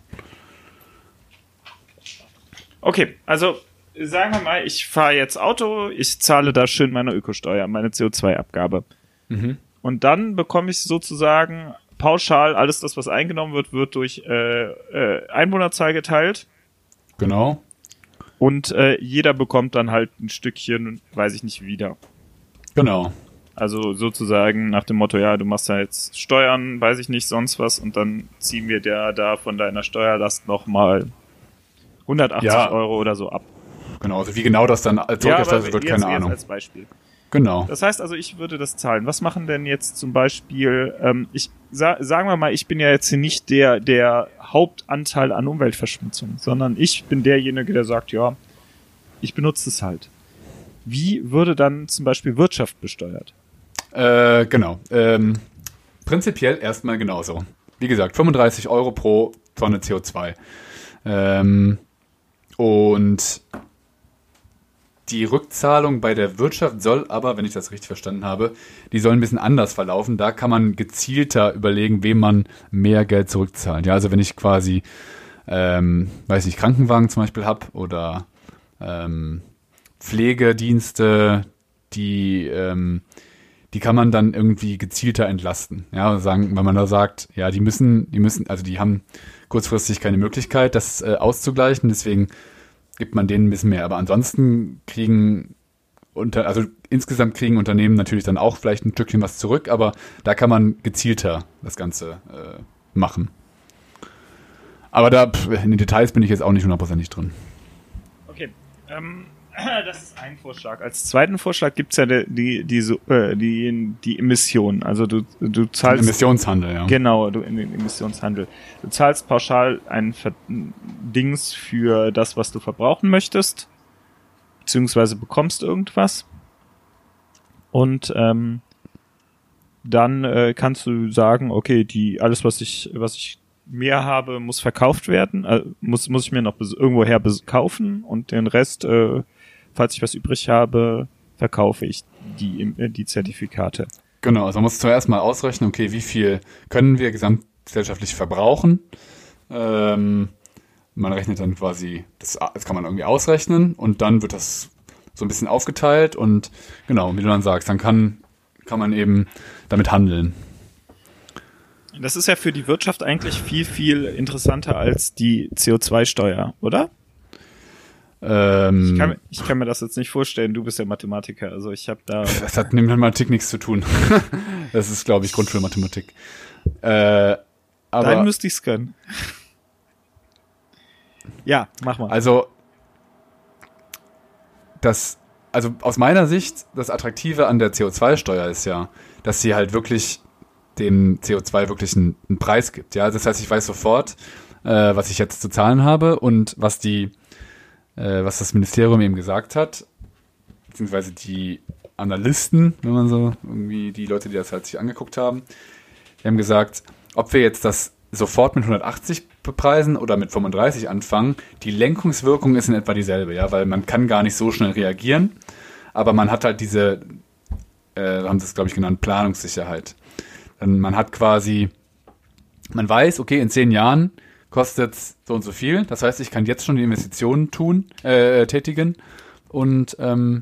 Okay, also sagen wir mal, ich fahre jetzt Auto, ich zahle da schön meine Ökosteuer, meine CO2-Abgabe. Mhm. Und dann bekomme ich sozusagen pauschal, alles das, was eingenommen wird durch Einwohnerzahl geteilt. Genau. Und jeder bekommt dann halt ein Stückchen, weiß ich nicht, wieder. Genau. Also sozusagen nach dem Motto, ja, du machst ja jetzt Steuern, weiß ich nicht, sonst was, und dann ziehen wir da von deiner Steuerlast nochmal 180 Euro oder so ab. Genau, also wie genau das dann zurückerstattet wird, keine Ahnung. Als Beispiel. Genau. Das heißt also, ich würde das zahlen. Was machen denn jetzt zum Beispiel, sagen wir mal, ich bin ja jetzt hier nicht der Hauptanteil an Umweltverschmutzung, sondern ich bin derjenige, der sagt, ja, ich benutze es halt. Wie würde dann zum Beispiel Wirtschaft besteuert? Genau. Prinzipiell erstmal genauso. Wie gesagt, 35 Euro pro Tonne CO2. Und die Rückzahlung bei der Wirtschaft soll aber, wenn ich das richtig verstanden habe, die soll ein bisschen anders verlaufen. Da kann man gezielter überlegen, wem man mehr Geld zurückzahlt. Ja, also wenn ich quasi, weiß nicht, Krankenwagen zum Beispiel habe oder Pflegedienste, die kann man dann irgendwie gezielter entlasten. Ja, sagen, wenn man da sagt, ja, die haben kurzfristig keine Möglichkeit, das auszugleichen, deswegen gibt man denen ein bisschen mehr. Aber ansonsten insgesamt kriegen Unternehmen natürlich dann auch vielleicht ein Stückchen was zurück, aber da kann man gezielter das Ganze machen. Aber in den Details bin ich jetzt auch nicht 100% drin. Okay, das ist ein Vorschlag. Als zweiten Vorschlag gibt's ja die Emissionen. Also du zahlst... Den Emissionshandel, ja. Genau, in den Emissionshandel. Du zahlst pauschal ein Dings für das, was du verbrauchen möchtest, beziehungsweise bekommst irgendwas. Und dann kannst du sagen, okay, alles, was ich mehr habe, muss verkauft werden, muss ich mir noch irgendwoher kaufen, und den Rest, falls ich was übrig habe, verkaufe ich die Zertifikate. Genau, also man muss zuerst mal ausrechnen, okay, wie viel können wir gesamtgesellschaftlich verbrauchen, man rechnet dann quasi, das kann man irgendwie ausrechnen und dann wird das so ein bisschen aufgeteilt und genau, wie du dann sagst, dann kann man eben damit handeln. Das ist ja für die Wirtschaft eigentlich viel, viel interessanter als die CO2-Steuer, oder? Ich kann mir das jetzt nicht vorstellen, du bist ja Mathematiker, also ich habe da... Das hat mit Mathematik nichts zu tun. Das ist, glaube ich, Grundschulmathematik. Aber dann müsste ich's können. Ja, mach mal. Also aus meiner Sicht, das Attraktive an der CO2-Steuer ist ja, dass sie halt wirklich dem CO2 wirklich einen Preis gibt. Ja, das heißt, ich weiß sofort, was ich jetzt zu zahlen habe und was das Ministerium eben gesagt hat, beziehungsweise die Analysten, wenn man so irgendwie die Leute, die das halt sich angeguckt haben, die haben gesagt, ob wir jetzt das sofort mit 180 bepreisen oder mit 35 anfangen, die Lenkungswirkung ist in etwa dieselbe, ja, weil man kann gar nicht so schnell reagieren, aber man hat halt diese, haben sie es, glaube ich, genannt, Planungssicherheit. Man hat quasi, man weiß, okay, in 10 Jahren kostet es so und so viel. Das heißt, ich kann jetzt schon die Investitionen tätigen und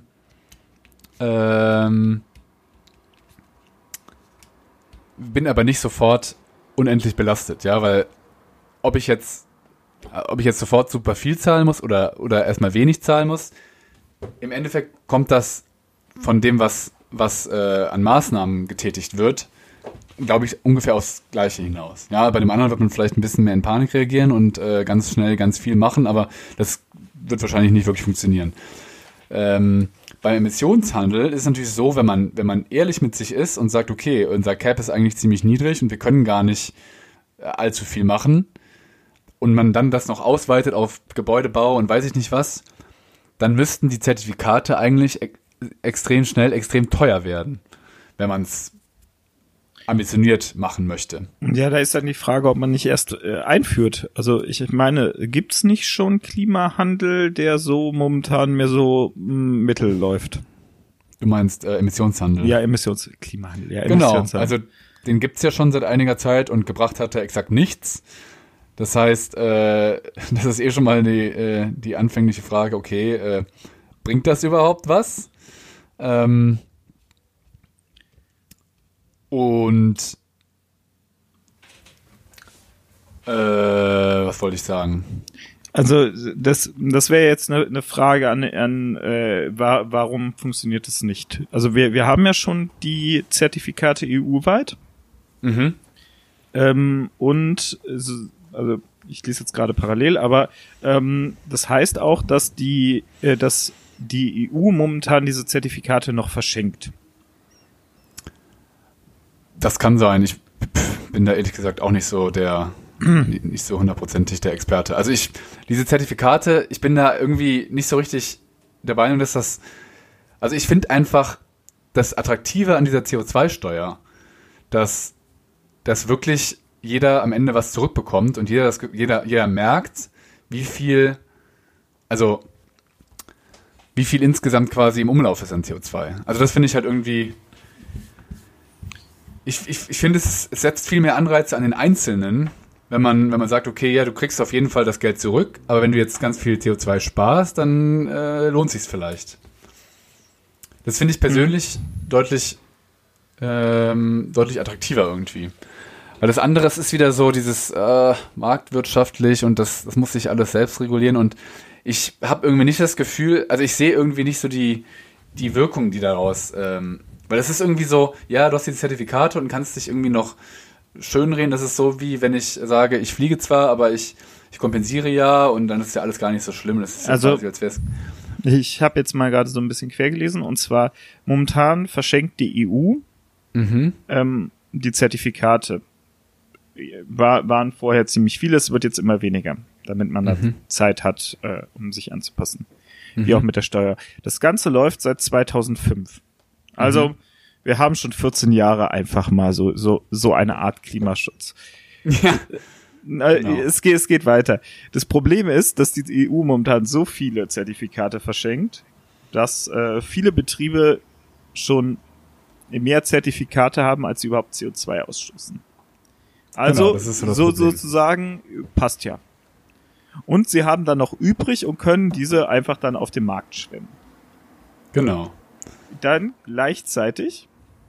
bin aber nicht sofort unendlich belastet, ja, weil ob ich jetzt sofort super viel zahlen muss oder erstmal wenig zahlen muss, im Endeffekt kommt das von dem, was an Maßnahmen getätigt wird, glaube ich, ungefähr aufs Gleiche hinaus. Ja, bei dem anderen wird man vielleicht ein bisschen mehr in Panik reagieren und ganz schnell ganz viel machen, aber das wird wahrscheinlich nicht wirklich funktionieren. Beim Emissionshandel ist es natürlich so, wenn man ehrlich mit sich ist und sagt, okay, unser Cap ist eigentlich ziemlich niedrig und wir können gar nicht allzu viel machen und man dann das noch ausweitet auf Gebäudebau und weiß ich nicht was, dann müssten die Zertifikate eigentlich extrem schnell, extrem teuer werden, wenn man es ambitioniert machen möchte. Ja, da ist dann die Frage, ob man nicht erst einführt. Also ich meine, gibt's nicht schon Klimahandel, der so momentan mehr so mittel läuft? Du meinst Emissionshandel? Ja, Klimahandel. Ja, genau, Emissionshandel. also den gibt's ja schon seit einiger Zeit und gebracht hat er exakt nichts. Das heißt, das ist schon mal die anfängliche Frage, okay, bringt das überhaupt was? Und was wollte ich sagen? Also das wäre jetzt eine Frage an warum funktioniert das nicht? Also wir haben ja schon die Zertifikate EU-weit. Mhm. Und also ich lese jetzt gerade parallel, aber das heißt auch, dass die EU momentan diese Zertifikate noch verschenkt. Das kann sein. Ich bin da ehrlich gesagt auch nicht so nicht so hundertprozentig der Experte. Also diese Zertifikate, ich bin da irgendwie nicht so richtig der Meinung, dass also ich finde einfach das Attraktive an dieser CO2-Steuer, dass wirklich jeder am Ende was zurückbekommt und jeder merkt, wie viel insgesamt quasi im Umlauf ist an CO2. Also das finde ich halt irgendwie. Ich finde, es setzt viel mehr Anreize an den Einzelnen, wenn man sagt, okay, ja, du kriegst auf jeden Fall das Geld zurück, aber wenn du jetzt ganz viel CO2 sparst, dann lohnt sich's vielleicht. Das finde ich persönlich deutlich attraktiver irgendwie. Weil das andere, es ist wieder so dieses marktwirtschaftlich und das muss sich alles selbst regulieren und ich habe irgendwie nicht das Gefühl, also ich sehe irgendwie nicht so die Wirkung, die daraus weil es ist irgendwie so, ja, du hast die Zertifikate und kannst dich irgendwie noch schönreden. Das ist so, wie wenn ich sage, ich fliege zwar, aber ich kompensiere ja und dann ist ja alles gar nicht so schlimm. Das ist ja also, quasi, als wär's. Ich habe jetzt mal gerade so ein bisschen quer gelesen und zwar momentan verschenkt die EU die Zertifikate. Waren vorher ziemlich viele, es wird jetzt immer weniger, damit man da Zeit hat, um sich anzupassen. Wie auch mit der Steuer. Das Ganze läuft seit 2005. Also, wir haben schon 14 Jahre einfach mal so eine Art Klimaschutz. Ja. Genau. Es geht weiter. Das Problem ist, dass die EU momentan so viele Zertifikate verschenkt, dass viele Betriebe schon mehr Zertifikate haben, als sie überhaupt CO2 ausstoßen. Also, genau, das ist so sozusagen, passt ja. Und sie haben dann noch übrig und können diese einfach dann auf den Markt schwemmen. Genau. Dann gleichzeitig,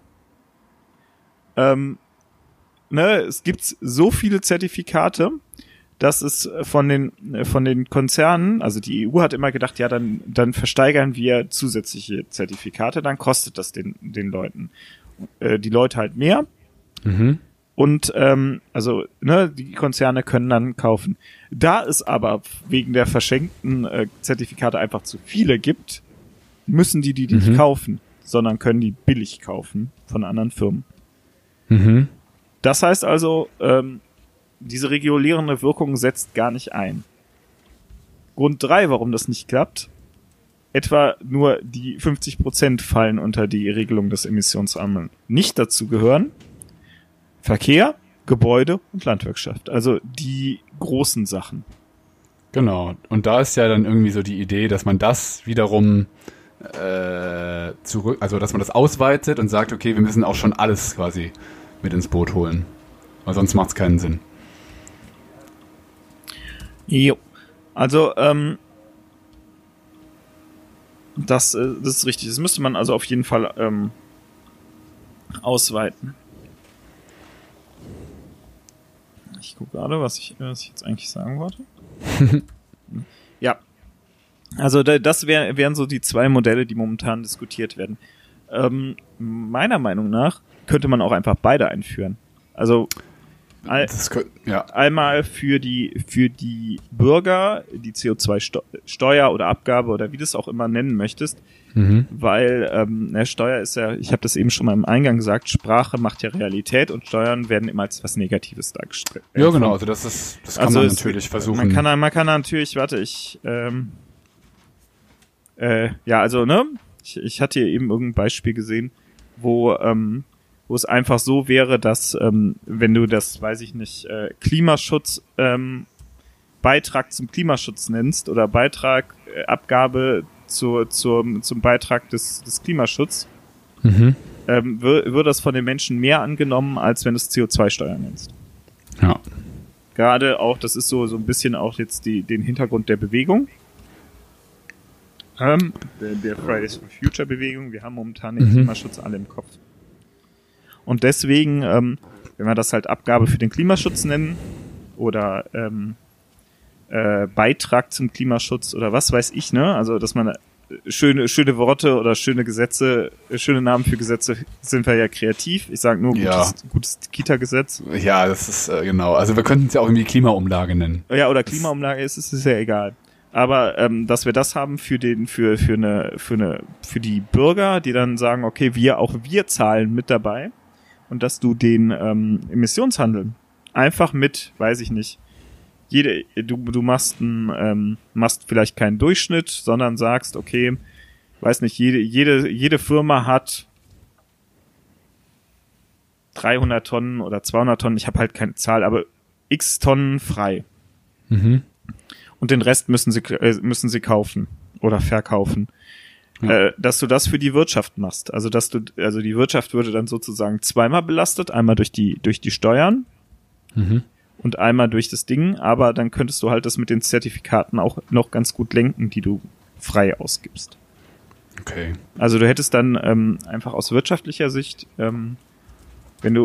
es gibt so viele Zertifikate, dass es von den Konzernen, also die EU hat immer gedacht, ja, dann versteigern wir zusätzliche Zertifikate, dann kostet das den Leuten, die Leute halt mehr. Mhm. Und die Konzerne können dann kaufen. Da es aber wegen der verschenkten Zertifikate einfach zu viele gibt, müssen die nicht kaufen, sondern können die billig kaufen von anderen Firmen. Mhm. Das heißt also, diese regulierende Wirkung setzt gar nicht ein. Grund 3, warum das nicht klappt, etwa nur die 50% fallen unter die Regelung des Emissionsrahmens. Nicht dazu gehören Verkehr, Gebäude und Landwirtschaft. Also die großen Sachen. Genau. Und da ist ja dann irgendwie so die Idee, dass man das wiederum dass man das ausweitet und sagt, okay, wir müssen auch schon alles quasi mit ins Boot holen. Weil sonst macht es keinen Sinn. Jo. Also, das ist richtig. Das müsste man also auf jeden Fall ausweiten. Ich gucke gerade, was ich jetzt eigentlich sagen wollte. Ja. Also das wären so die 2 Modelle, die momentan diskutiert werden. Meiner Meinung nach könnte man auch einfach beide einführen. Also einmal für die Bürger die CO2-Steuer oder Abgabe oder wie du es auch immer nennen möchtest, weil Steuer ist ja, ich habe das eben schon mal im Eingang gesagt, Sprache macht ja Realität und Steuern werden immer als was Negatives dargestellt. Ja, genau, also das kann man natürlich versuchen. Man kann natürlich, ich hatte hier eben irgendein Beispiel gesehen, wo es einfach so wäre, dass wenn du das, weiß ich nicht, Klimaschutz, Beitrag zum Klimaschutz nennst oder Abgabe zum Beitrag des Klimaschutzes, würde das von den Menschen mehr angenommen, als wenn du es CO2-Steuer nennst. Ja. Gerade auch, das ist so ein bisschen auch jetzt den Hintergrund der Bewegung. Der Fridays for Future Bewegung. Wir haben momentan den Klimaschutz alle im Kopf. Und deswegen, wenn wir das halt Abgabe für den Klimaschutz nennen oder Beitrag zum Klimaschutz oder was weiß ich, ne? Also, dass man schöne Worte oder schöne Gesetze, schöne Namen für Gesetze sind wir ja kreativ. Ich sage nur gutes Kita-Gesetz. Ja, das ist genau. Also wir könnten es ja auch irgendwie Klimaumlage nennen. Ja, oder Klimaumlage ist ja egal. Aber dass wir das haben für die Bürger, die dann sagen, okay, wir zahlen mit dabei und dass du den Emissionshandel einfach mit, weiß ich nicht, du machst vielleicht keinen Durchschnitt, sondern sagst, okay, weiß nicht, jede Firma hat 300 Tonnen oder 200 Tonnen, ich habe halt keine Zahl, aber x Tonnen frei. Und den Rest müssen sie kaufen oder verkaufen. Ja. Dass du das für die Wirtschaft machst. Also die Wirtschaft würde dann sozusagen zweimal belastet, einmal durch die Steuern und einmal durch das Ding, aber dann könntest du halt das mit den Zertifikaten auch noch ganz gut lenken, die du frei ausgibst. Okay. Also du hättest dann einfach aus wirtschaftlicher Sicht, wenn du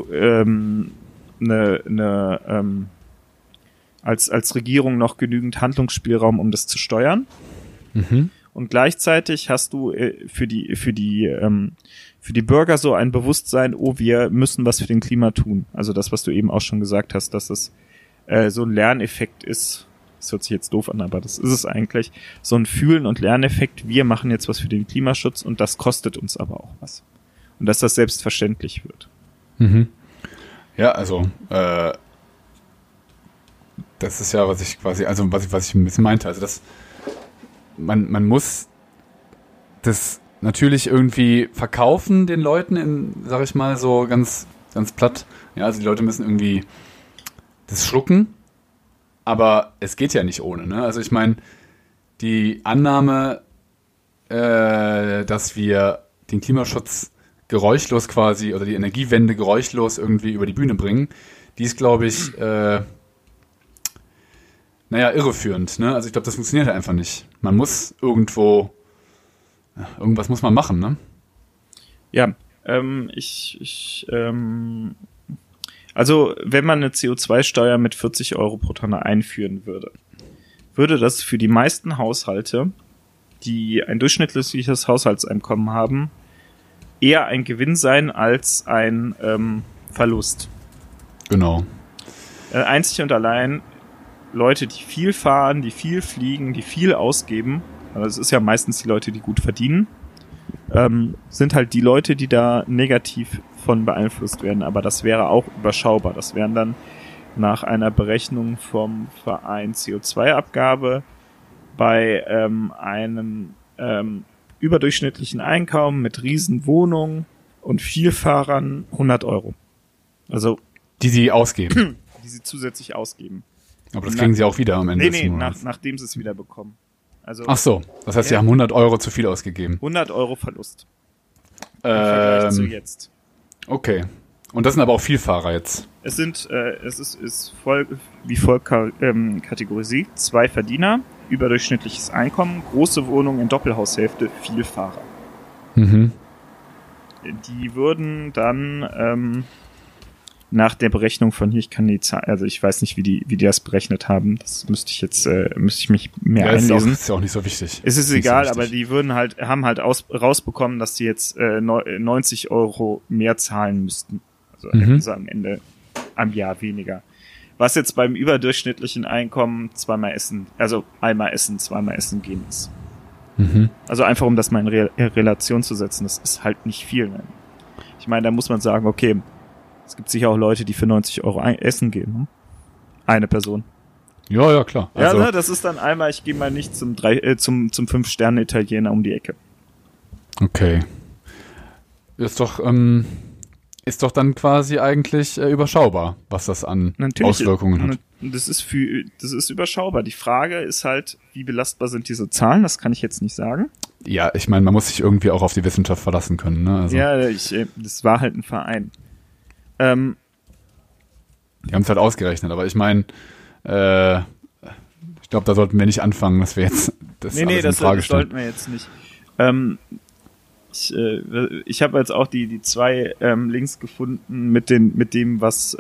als Regierung noch genügend Handlungsspielraum, um das zu steuern. Und gleichzeitig hast du für die Bürger so ein Bewusstsein, wir müssen was für den Klima tun. Also das, was du eben auch schon gesagt hast, dass es so ein Lerneffekt ist. Das hört sich jetzt doof an, aber das ist es eigentlich. So ein Fühlen- und Lerneffekt, wir machen jetzt was für den Klimaschutz und das kostet uns aber auch was. Und dass das selbstverständlich wird. Ja, also das ist ja, was ich ein bisschen meinte. Also man muss das natürlich irgendwie verkaufen den Leuten sag ich mal, so ganz, ganz platt. Ja, also die Leute müssen irgendwie das schlucken, aber es geht ja nicht ohne, ne? Also ich meine, die Annahme, dass wir den Klimaschutz geräuschlos quasi oder die Energiewende geräuschlos irgendwie über die Bühne bringen, die ist, glaube ich, naja, irreführend, ne? Also ich glaube, das funktioniert einfach nicht. Man muss irgendwas muss man machen, ne? Ja, also wenn man eine CO2-Steuer mit 40 Euro pro Tonne einführen würde das für die meisten Haushalte, die ein durchschnittliches Haushaltseinkommen haben, eher ein Gewinn sein als ein Verlust. Genau. Einzig und allein Leute, die viel fahren, die viel fliegen, die viel ausgeben, also es ist ja meistens die Leute, die gut verdienen, sind halt die Leute, die da negativ von beeinflusst werden. Aber das wäre auch überschaubar. Das wären dann nach einer Berechnung vom Verein CO2-Abgabe bei einem überdurchschnittlichen Einkommen mit riesen Wohnungen und viel Fahrern 100 Euro. Also Die sie ausgeben. die sie zusätzlich ausgeben. Aber das kriegen sie auch wieder am Ende des Nee, Monats. nachdem sie es wieder bekommen. Also Ach so, das heißt, sie haben 100 Euro zu viel ausgegeben. 100 Euro Verlust. Im Vergleich zu jetzt. Okay. Und das sind aber auch Vielfahrer jetzt. Es ist wie folgt kategorisiert: 2 Verdiener, überdurchschnittliches Einkommen, große Wohnung in Doppelhaushälfte, Vielfahrer. Mhm. Die würden dann nach der Berechnung von hier, ich kann die Zahl, also ich weiß nicht, wie die das berechnet haben. Das müsste ich mich mehr einlesen. Ist ja auch nicht so wichtig. Es ist egal, aber die haben halt rausbekommen, dass die jetzt 90 Euro mehr zahlen müssten. Also hätten sie am Ende am Jahr weniger. Was jetzt beim überdurchschnittlichen Einkommen einmal essen, zweimal essen gehen ist. Mhm. Also einfach, um das mal in Relation zu setzen, das ist halt nicht viel. Ne? Ich meine, da muss man sagen, okay, es gibt sicher auch Leute, die für 90 Euro essen gehen. Ne? Eine Person. Ja, klar. Also, ja, ne, das ist dann einmal, ich gehe mal nicht zum 5-Sterne-Italiener um die Ecke. Okay. Ist doch dann quasi eigentlich überschaubar, was das an Auswirkungen hat. Das ist überschaubar. Die Frage ist halt, wie belastbar sind diese Zahlen? Das kann ich jetzt nicht sagen. Ja, ich meine, man muss sich irgendwie auch auf die Wissenschaft verlassen können. Ne? Also, ja, das war halt ein Verein. Die haben es halt ausgerechnet, aber ich meine, ich glaube, da sollten wir nicht anfangen, dass wir jetzt das alles in Frage stellen. Das sollten wir jetzt nicht. Ich habe jetzt auch die 2 Links gefunden mit dem, was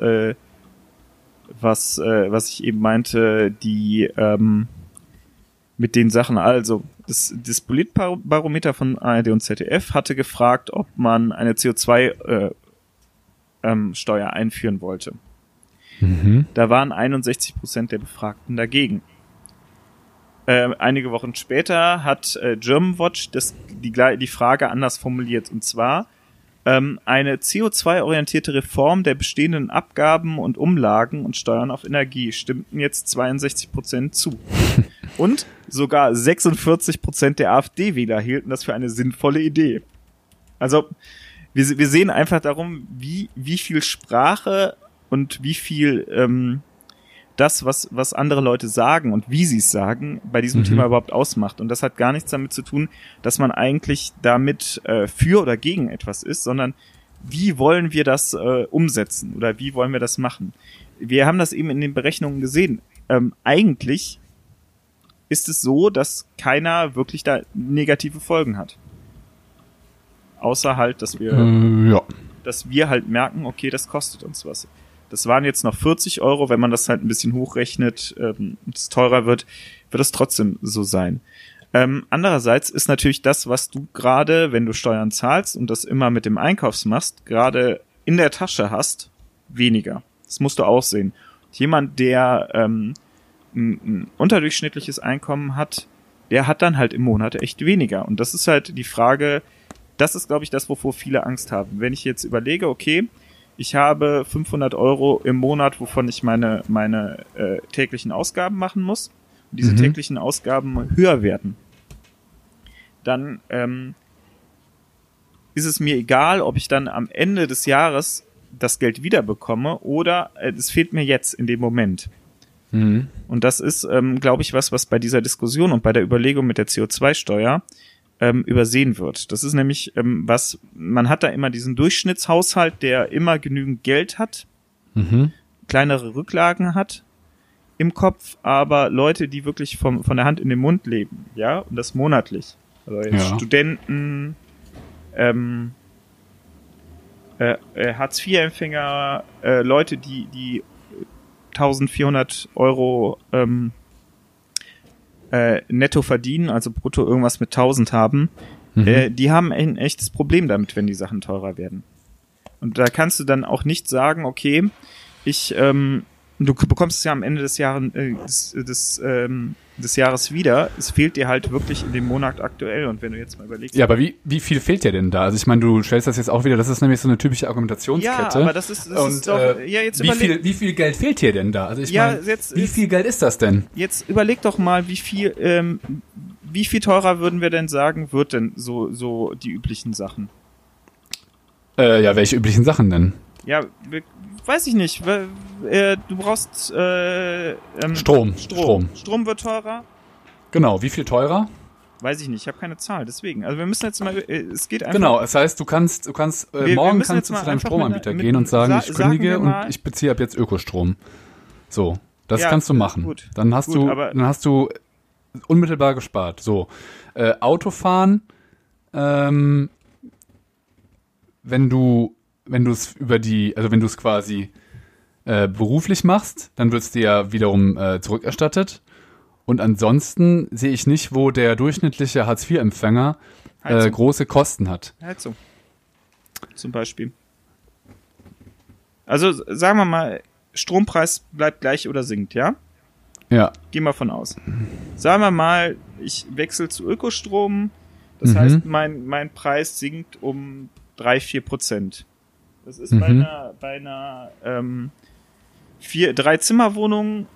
ich eben meinte, die mit den Sachen. Also das Politbarometer von ARD und ZDF hatte gefragt, ob man eine CO2 Steuer einführen wollte. Mhm. Da waren 61% der Befragten dagegen. Einige Wochen später hat Germanwatch die Frage anders formuliert, und zwar eine CO2-orientierte Reform der bestehenden Abgaben und Umlagen und Steuern auf Energie stimmten jetzt 62% zu. Und sogar 46% der AfD-Wähler hielten das für eine sinnvolle Idee. Also wir sehen einfach darum, wie viel Sprache und wie viel das, was andere Leute sagen und wie sie es sagen, bei diesem Thema überhaupt ausmacht. Und das hat gar nichts damit zu tun, dass man eigentlich damit für oder gegen etwas ist, sondern wie wollen wir das umsetzen oder wie wollen wir das machen? Wir haben das eben in den Berechnungen gesehen. Eigentlich ist es so, dass keiner wirklich da negative Folgen hat. Außer halt, dass wir halt merken, okay, das kostet uns was. Das waren jetzt noch 40 Euro, wenn man das halt ein bisschen hochrechnet, es teurer wird es trotzdem so sein. Andererseits ist natürlich das, was du gerade, wenn du Steuern zahlst und das immer mit dem Einkaufs machst, gerade in der Tasche hast, weniger. Das musst du auch sehen. Jemand, der ein unterdurchschnittliches Einkommen hat, der hat dann halt im Monat echt weniger. Und das ist halt die Frage, das ist, glaube ich, das, wovor viele Angst haben. Wenn ich jetzt überlege, okay, ich habe 500 Euro im Monat, wovon ich meine täglichen Ausgaben machen muss, und diese täglichen Ausgaben höher werden, dann ist es mir egal, ob ich dann am Ende des Jahres das Geld wiederbekomme oder es fehlt mir jetzt in dem Moment. Mhm. Und das ist, glaube ich, was bei dieser Diskussion und bei der Überlegung mit der CO2-Steuer übersehen wird. Das ist nämlich man hat da immer diesen Durchschnittshaushalt, der immer genügend Geld hat, kleinere Rücklagen hat, im Kopf, aber Leute, die wirklich von der Hand in den Mund leben, ja, und das monatlich. Also jetzt Studenten, Hartz-IV-Empfänger, Leute, die 1.400 Euro netto verdienen, also brutto irgendwas mit 1.000 haben, die haben ein echtes Problem damit, wenn die Sachen teurer werden. Und da kannst du dann auch nicht sagen, okay, du bekommst es ja am Ende des Jahres wieder. Es fehlt dir halt wirklich in dem Monat aktuell. Und wenn du jetzt mal überlegst. Ja, aber wie viel fehlt dir denn da? Also ich meine, du stellst das jetzt auch wieder, das ist nämlich so eine typische Argumentationskette. Ja, aber das ist doch, jetzt wie viel Geld fehlt dir denn da? Also ich meine, wie viel Geld ist das denn? Jetzt überleg doch mal, wie viel teurer würden wir denn sagen, wird denn so die üblichen Sachen? Welche üblichen Sachen denn? Ja, weiß ich nicht. Du brauchst Strom. Strom wird teurer. Genau, wie viel teurer? Weiß ich nicht, ich habe keine Zahl, deswegen. Also wir müssen jetzt mal, es geht einfach... Genau, das heißt, morgen kannst du zu deinem Stromanbieter gehen und sagen, ich kündige und ich beziehe ab jetzt Ökostrom. So, das kannst du machen. Gut, dann hast du unmittelbar gespart. So, Autofahren, wenn du es quasi beruflich machst, dann wird es dir ja wiederum zurückerstattet. Und ansonsten sehe ich nicht, wo der durchschnittliche Hartz-IV-Empfänger große Kosten hat. Heizung. Zum Beispiel. Also sagen wir mal, Strompreis bleibt gleich oder sinkt, ja? Ja. Gehen wir von aus. Sagen wir mal, ich wechsle zu Ökostrom. Das heißt, mein Preis sinkt um 3-4%. Das ist bei einer 3-Zimmer-Wohnung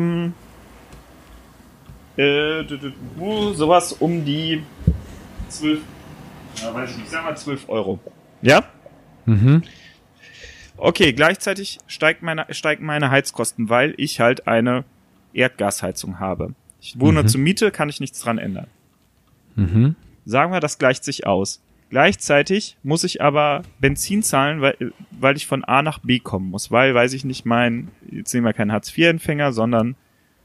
sowas um die 12, weiß ich nicht, sagen wir 12 Euro. Ja? Okay, gleichzeitig steigen meine Heizkosten, weil ich halt eine Erdgasheizung habe. Ich wohne zur Miete, kann ich nichts dran ändern. Sagen wir, das gleicht sich aus. Gleichzeitig muss ich aber Benzin zahlen, weil ich von A nach B kommen muss, weil, weiß ich nicht, jetzt nehmen wir keinen Hartz-IV-Empfänger, sondern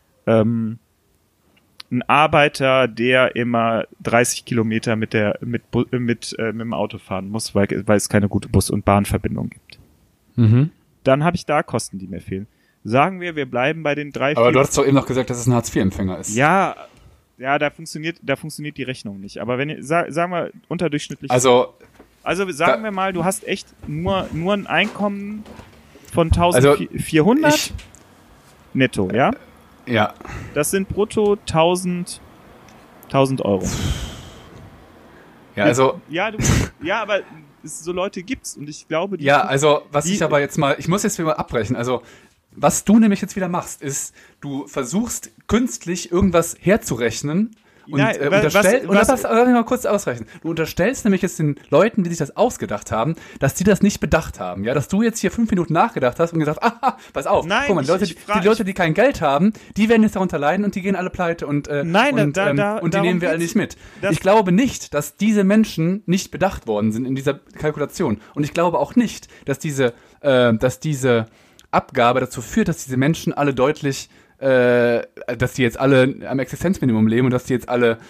ein Arbeiter, der immer 30 Kilometer mit dem Auto fahren muss, weil es keine gute Bus- und Bahnverbindung gibt. Dann habe ich da Kosten, die mir fehlen. Sagen wir bleiben bei den 3, 4... Aber du hast doch eben noch gesagt, dass es ein Hartz-IV-Empfänger ist. Ja, da funktioniert die Rechnung nicht. Aber sagen wir unterdurchschnittlich... Also sagen wir mal, du hast echt nur ein Einkommen von 1.400 netto, ja? Ja. Das sind brutto 1.000 Euro. Ja, also... aber so Leute gibt's und ich glaube... ich muss jetzt wieder abbrechen, also... Was du nämlich jetzt wieder machst, ist, du versuchst künstlich irgendwas herzurechnen und lass mich mal kurz ausrechnen. Du unterstellst nämlich jetzt den Leuten, die sich das ausgedacht haben, dass die das nicht bedacht haben. Ja, dass du jetzt hier 5 Minuten nachgedacht hast und gesagt, pass auf, nein, guck mal, die Leute, die kein Geld haben, die werden jetzt darunter leiden und die gehen alle pleite und die nehmen wir alle nicht mit. Ich glaube nicht, dass diese Menschen nicht bedacht worden sind in dieser Kalkulation. Und ich glaube auch nicht, dass diese Abgabe dazu führt, dass diese Menschen alle deutlich, dass die jetzt alle am Existenzminimum leben und dass die jetzt alle,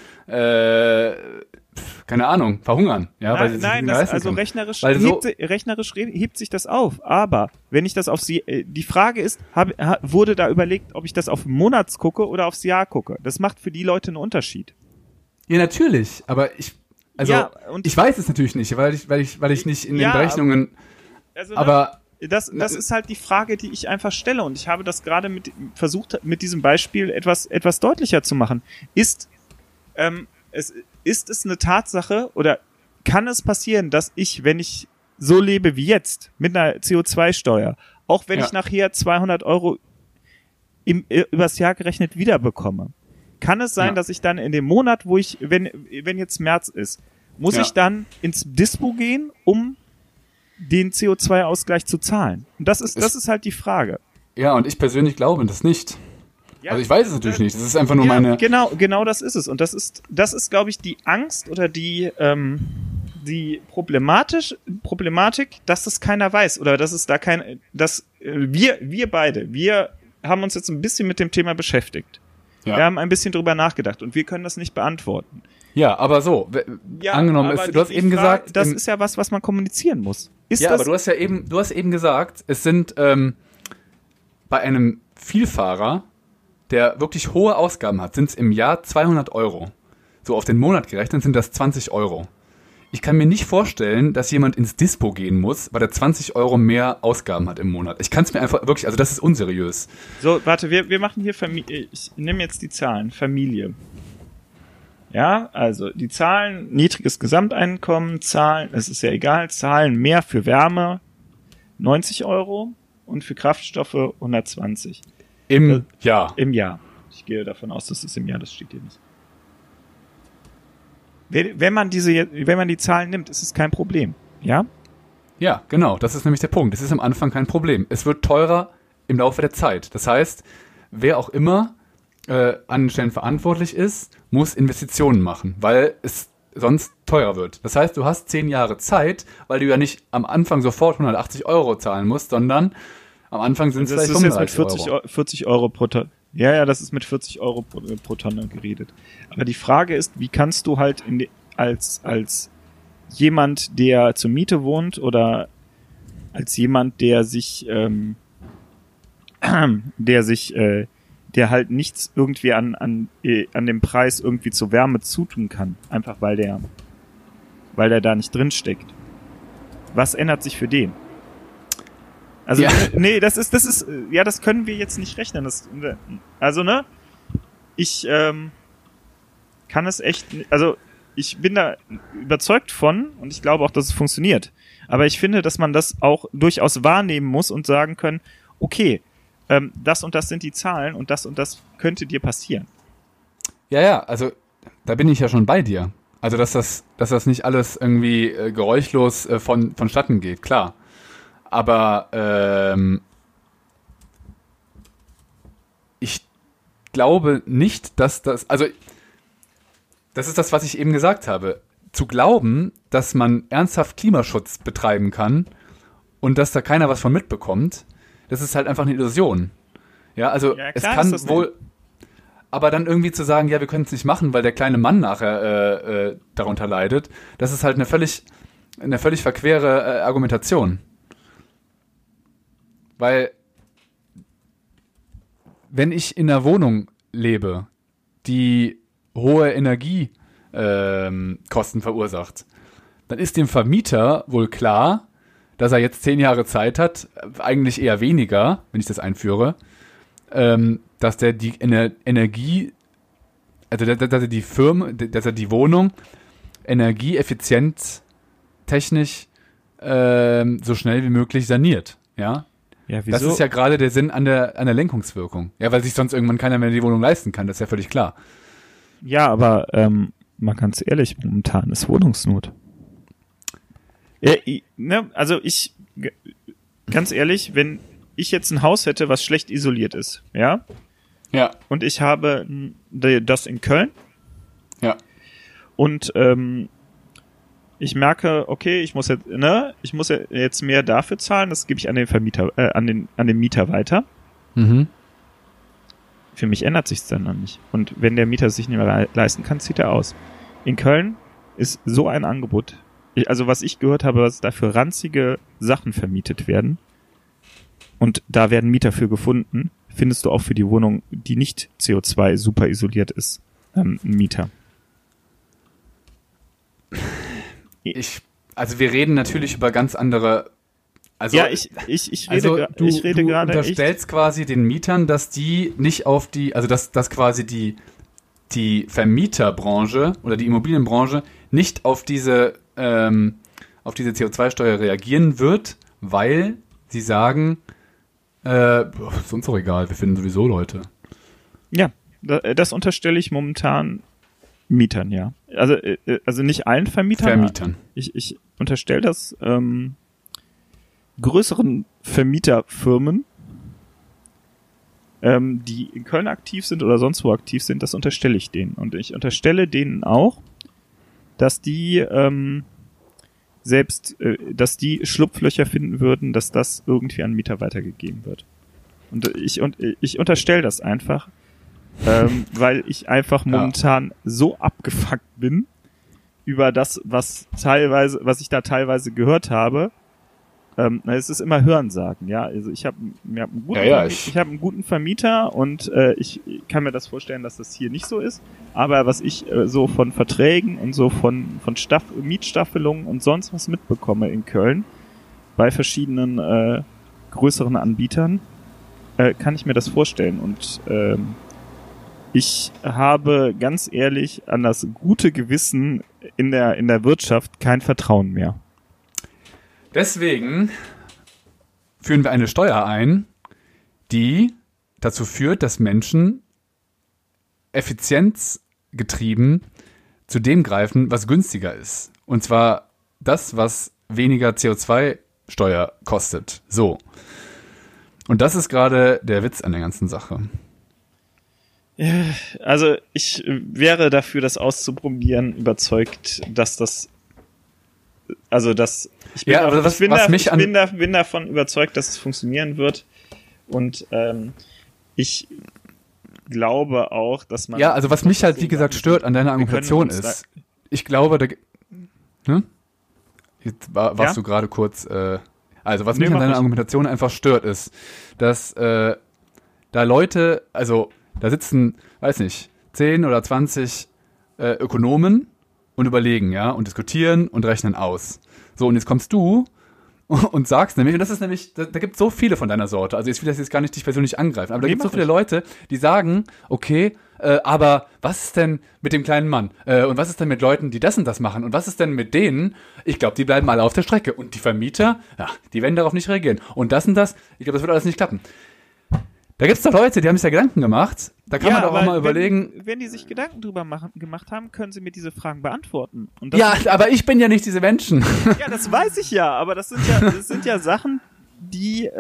keine Ahnung, verhungern. Ja, rechnerisch hebt sich das auf. Aber wenn ich das die Frage ist, wurde da überlegt, ob ich das auf Monats gucke oder aufs Jahr gucke. Das macht für die Leute einen Unterschied. Ja, natürlich. Aber ich weiß es natürlich nicht, weil ich nicht in den Berechnungen, Das ist halt die Frage, die ich einfach stelle und ich habe das gerade versucht, mit diesem Beispiel etwas deutlicher zu machen. Ist es eine Tatsache oder kann es passieren, dass wenn ich so lebe wie jetzt, mit einer CO2-Steuer, auch wenn ich nachher 200 Euro übers Jahr gerechnet wiederbekomme, kann es sein, dass ich dann in dem Monat, wenn jetzt März ist, muss ich dann ins Dispo gehen, um den CO2-Ausgleich zu zahlen. Und das ist halt die Frage. Ja, und ich persönlich glaube das nicht. Ja, also ich weiß es natürlich nicht. Das ist einfach nur meine... Genau das ist es. Und das ist, glaube ich, die Angst oder die Problematik, dass das keiner weiß. Oder dass es da wir beide haben uns jetzt ein bisschen mit dem Thema beschäftigt. Ja. Wir haben ein bisschen drüber nachgedacht und wir können das nicht beantworten. Ja, aber so, angenommen, du hast eben gesagt... Das ist ja was man kommunizieren muss. Aber du hast eben gesagt, es sind bei einem Vielfahrer, der wirklich hohe Ausgaben hat, sind es im Jahr 200 Euro. So auf den Monat gerechnet sind das 20 Euro. Ich kann mir nicht vorstellen, dass jemand ins Dispo gehen muss, weil er 20 Euro mehr Ausgaben hat im Monat. Ich kann es mir einfach wirklich, also das ist unseriös. So, warte, wir machen hier Familie. Ich nehme jetzt die Zahlen. Familie. Ja, also die Zahlen, niedriges Gesamteinkommen, Zahlen, es ist ja egal, Zahlen mehr für Wärme 90 Euro und für Kraftstoffe 120. Im Jahr. Im Jahr. Ich gehe davon aus, dass es im Jahr, das steht hier nicht. Wenn man die Zahlen nimmt, ist es kein Problem. Ja? Ja, genau. Das ist nämlich der Punkt. Es ist am Anfang kein Problem. Es wird teurer im Laufe der Zeit. Das heißt, wer auch immer an den Stellen verantwortlich ist, muss Investitionen machen, weil es sonst teurer wird. Das heißt, du hast 10 Jahre Zeit, weil du ja nicht am Anfang sofort 180 Euro zahlen musst, sondern am Anfang sind es vielleicht 35 Euro. Das ist jetzt mit 40 Euro pro Tonne. Ja, das ist mit 40 Euro pro Tonne geredet. Aber die Frage ist, wie kannst du halt als jemand, der zur Miete wohnt oder als jemand, der halt nichts irgendwie an dem Preis irgendwie zur Wärme zutun kann, einfach weil der da nicht drin steckt. Was ändert sich für den? Also, ja. Nee, das können wir jetzt nicht rechnen. Ich kann es echt, also ich bin da überzeugt von und ich glaube auch, dass es funktioniert. Aber ich finde, dass man das auch durchaus wahrnehmen muss und sagen können, okay, das und das sind die Zahlen und das könnte dir passieren. Ja, also da bin ich ja schon bei dir. Also dass das nicht alles irgendwie geräuschlos vonstatten geht, klar. Aber ich glaube nicht, dass das, also das ist das, was ich eben gesagt habe. Zu glauben, dass man ernsthaft Klimaschutz betreiben kann und dass da keiner was von mitbekommt, das ist halt einfach eine Illusion. Ja, also ja, klar, es kann wohl, aber dann irgendwie zu sagen, ja, wir können es nicht machen, weil der kleine Mann nachher darunter leidet, das ist halt eine völlig verquere Argumentation. Weil wenn ich in einer Wohnung lebe, die hohe Energiekosten verursacht, dann ist dem Vermieter wohl klar, dass er jetzt 10 Jahre Zeit hat, eigentlich eher weniger, wenn ich das einführe, dass der die Energie, also dass er die Wohnung energieeffizient technisch so schnell wie möglich saniert. Ja? Ja, wieso? Das ist ja gerade der Sinn an der Lenkungswirkung. Ja, weil sich sonst irgendwann keiner mehr die Wohnung leisten kann, das ist ja völlig klar. Ja, aber mal ganz ehrlich, momentan ist Wohnungsnot. Ja, also ganz ehrlich, wenn ich jetzt ein Haus hätte, was schlecht isoliert ist, ja? Ja. Und ich habe das in Köln. Ja. Und ich merke, okay, ich muss jetzt mehr dafür zahlen, das gebe ich an den Vermieter, an den Mieter weiter. Mhm. Für mich ändert sich's dann noch nicht. Und wenn der Mieter sich nicht mehr leisten kann, zieht er aus. In Köln ist so ein Angebot. Also was ich gehört habe, was da für ranzige Sachen vermietet werden. Und da werden Mieter für gefunden. Findest du auch für die Wohnung, die nicht CO2 super isoliert ist, einen Mieter. Also wir reden natürlich über ganz andere. Also, ja, ich rede gerade. Du unterstellst quasi den Mietern, dass die nicht auf die, also dass quasi die Vermieterbranche oder die Immobilienbranche nicht auf diese CO2-Steuer reagieren wird, weil sie sagen, ist uns doch egal, wir finden sowieso Leute. Ja, das unterstelle ich momentan Mietern, ja. Also nicht allen Vermietern. Ich unterstelle das größeren Vermieterfirmen, die in Köln aktiv sind oder sonst wo aktiv sind, das unterstelle ich denen. Und ich unterstelle denen auch, dass die dass die Schlupflöcher finden würden, dass das irgendwie an Mieter weitergegeben wird. Und ich unterstelle das einfach, weil ich einfach momentan so abgefuckt bin über das, was ich da teilweise gehört habe. Es ist immer Hörensagen, ja. Also ich habe einen guten Vermieter und ich kann mir das vorstellen, dass das hier nicht so ist. Aber was ich so von Verträgen und so von Mietstaffelungen und sonst was mitbekomme in Köln bei verschiedenen größeren Anbietern, kann ich mir das vorstellen. Und ich habe ganz ehrlich an das gute Gewissen in der Wirtschaft kein Vertrauen mehr. Deswegen führen wir eine Steuer ein, die dazu führt, dass Menschen effizienzgetrieben zu dem greifen, was günstiger ist. Und zwar das, was weniger CO2-Steuer kostet. So. Und das ist gerade der Witz an der ganzen Sache. Also ich wäre dafür, das auszuprobieren, überzeugt, dass ich bin davon überzeugt, dass es funktionieren wird. Und ich glaube auch, dass man... Ja, also was mich halt, wie gesagt, stört an deiner Argumentation ist, ich glaube, Jetzt warst du gerade kurz... was mich an deiner Argumentation einfach stört, ist, dass da Leute, also da sitzen, weiß nicht, 10 oder 20 Ökonomen und überlegen, ja, und diskutieren und rechnen aus. So, und jetzt kommst du und sagst nämlich, und das ist nämlich, da gibt es so viele von deiner Sorte, also ich will das jetzt gar nicht dich persönlich angreifen, aber da gibt es so viele Leute, die sagen, okay, aber was ist denn mit dem kleinen Mann? Und was ist denn mit Leuten, die das und das machen? Und was ist denn mit denen? Ich glaube, die bleiben alle auf der Strecke. Und die Vermieter, ja, die werden darauf nicht reagieren. Und das, ich glaube, das wird alles nicht klappen. Da gibt es doch Leute, die haben sich da Gedanken gemacht. Da kann man doch auch mal überlegen. Wenn die sich Gedanken drüber gemacht haben, können sie mir diese Fragen beantworten. Und aber ich bin ja nicht diese Menschen. Ja, das weiß ich ja, aber das sind ja Sachen, die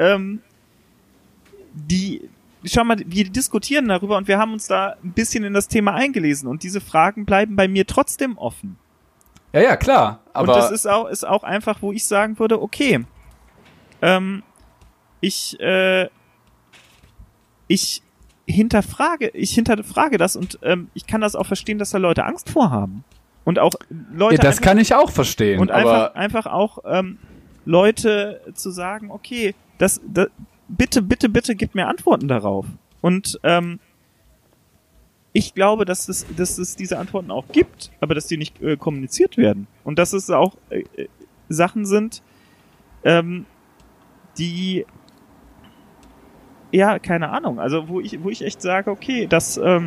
schau mal, wir diskutieren darüber und wir haben uns da ein bisschen in das Thema eingelesen und diese Fragen bleiben bei mir trotzdem offen. Ja, klar. Aber und das ist auch einfach, wo ich sagen würde, okay, ich hinterfrage das und ich kann das auch verstehen, dass da Leute Angst vorhaben. Und auch Leute. Ja, das kann ich auch verstehen. Und einfach auch Leute zu sagen, okay, bitte gib mir Antworten darauf. Und ich glaube, dass es diese Antworten auch gibt, aber dass die nicht kommuniziert werden. Und dass es auch Sachen sind, die ja, keine Ahnung, also wo ich echt sage, okay, da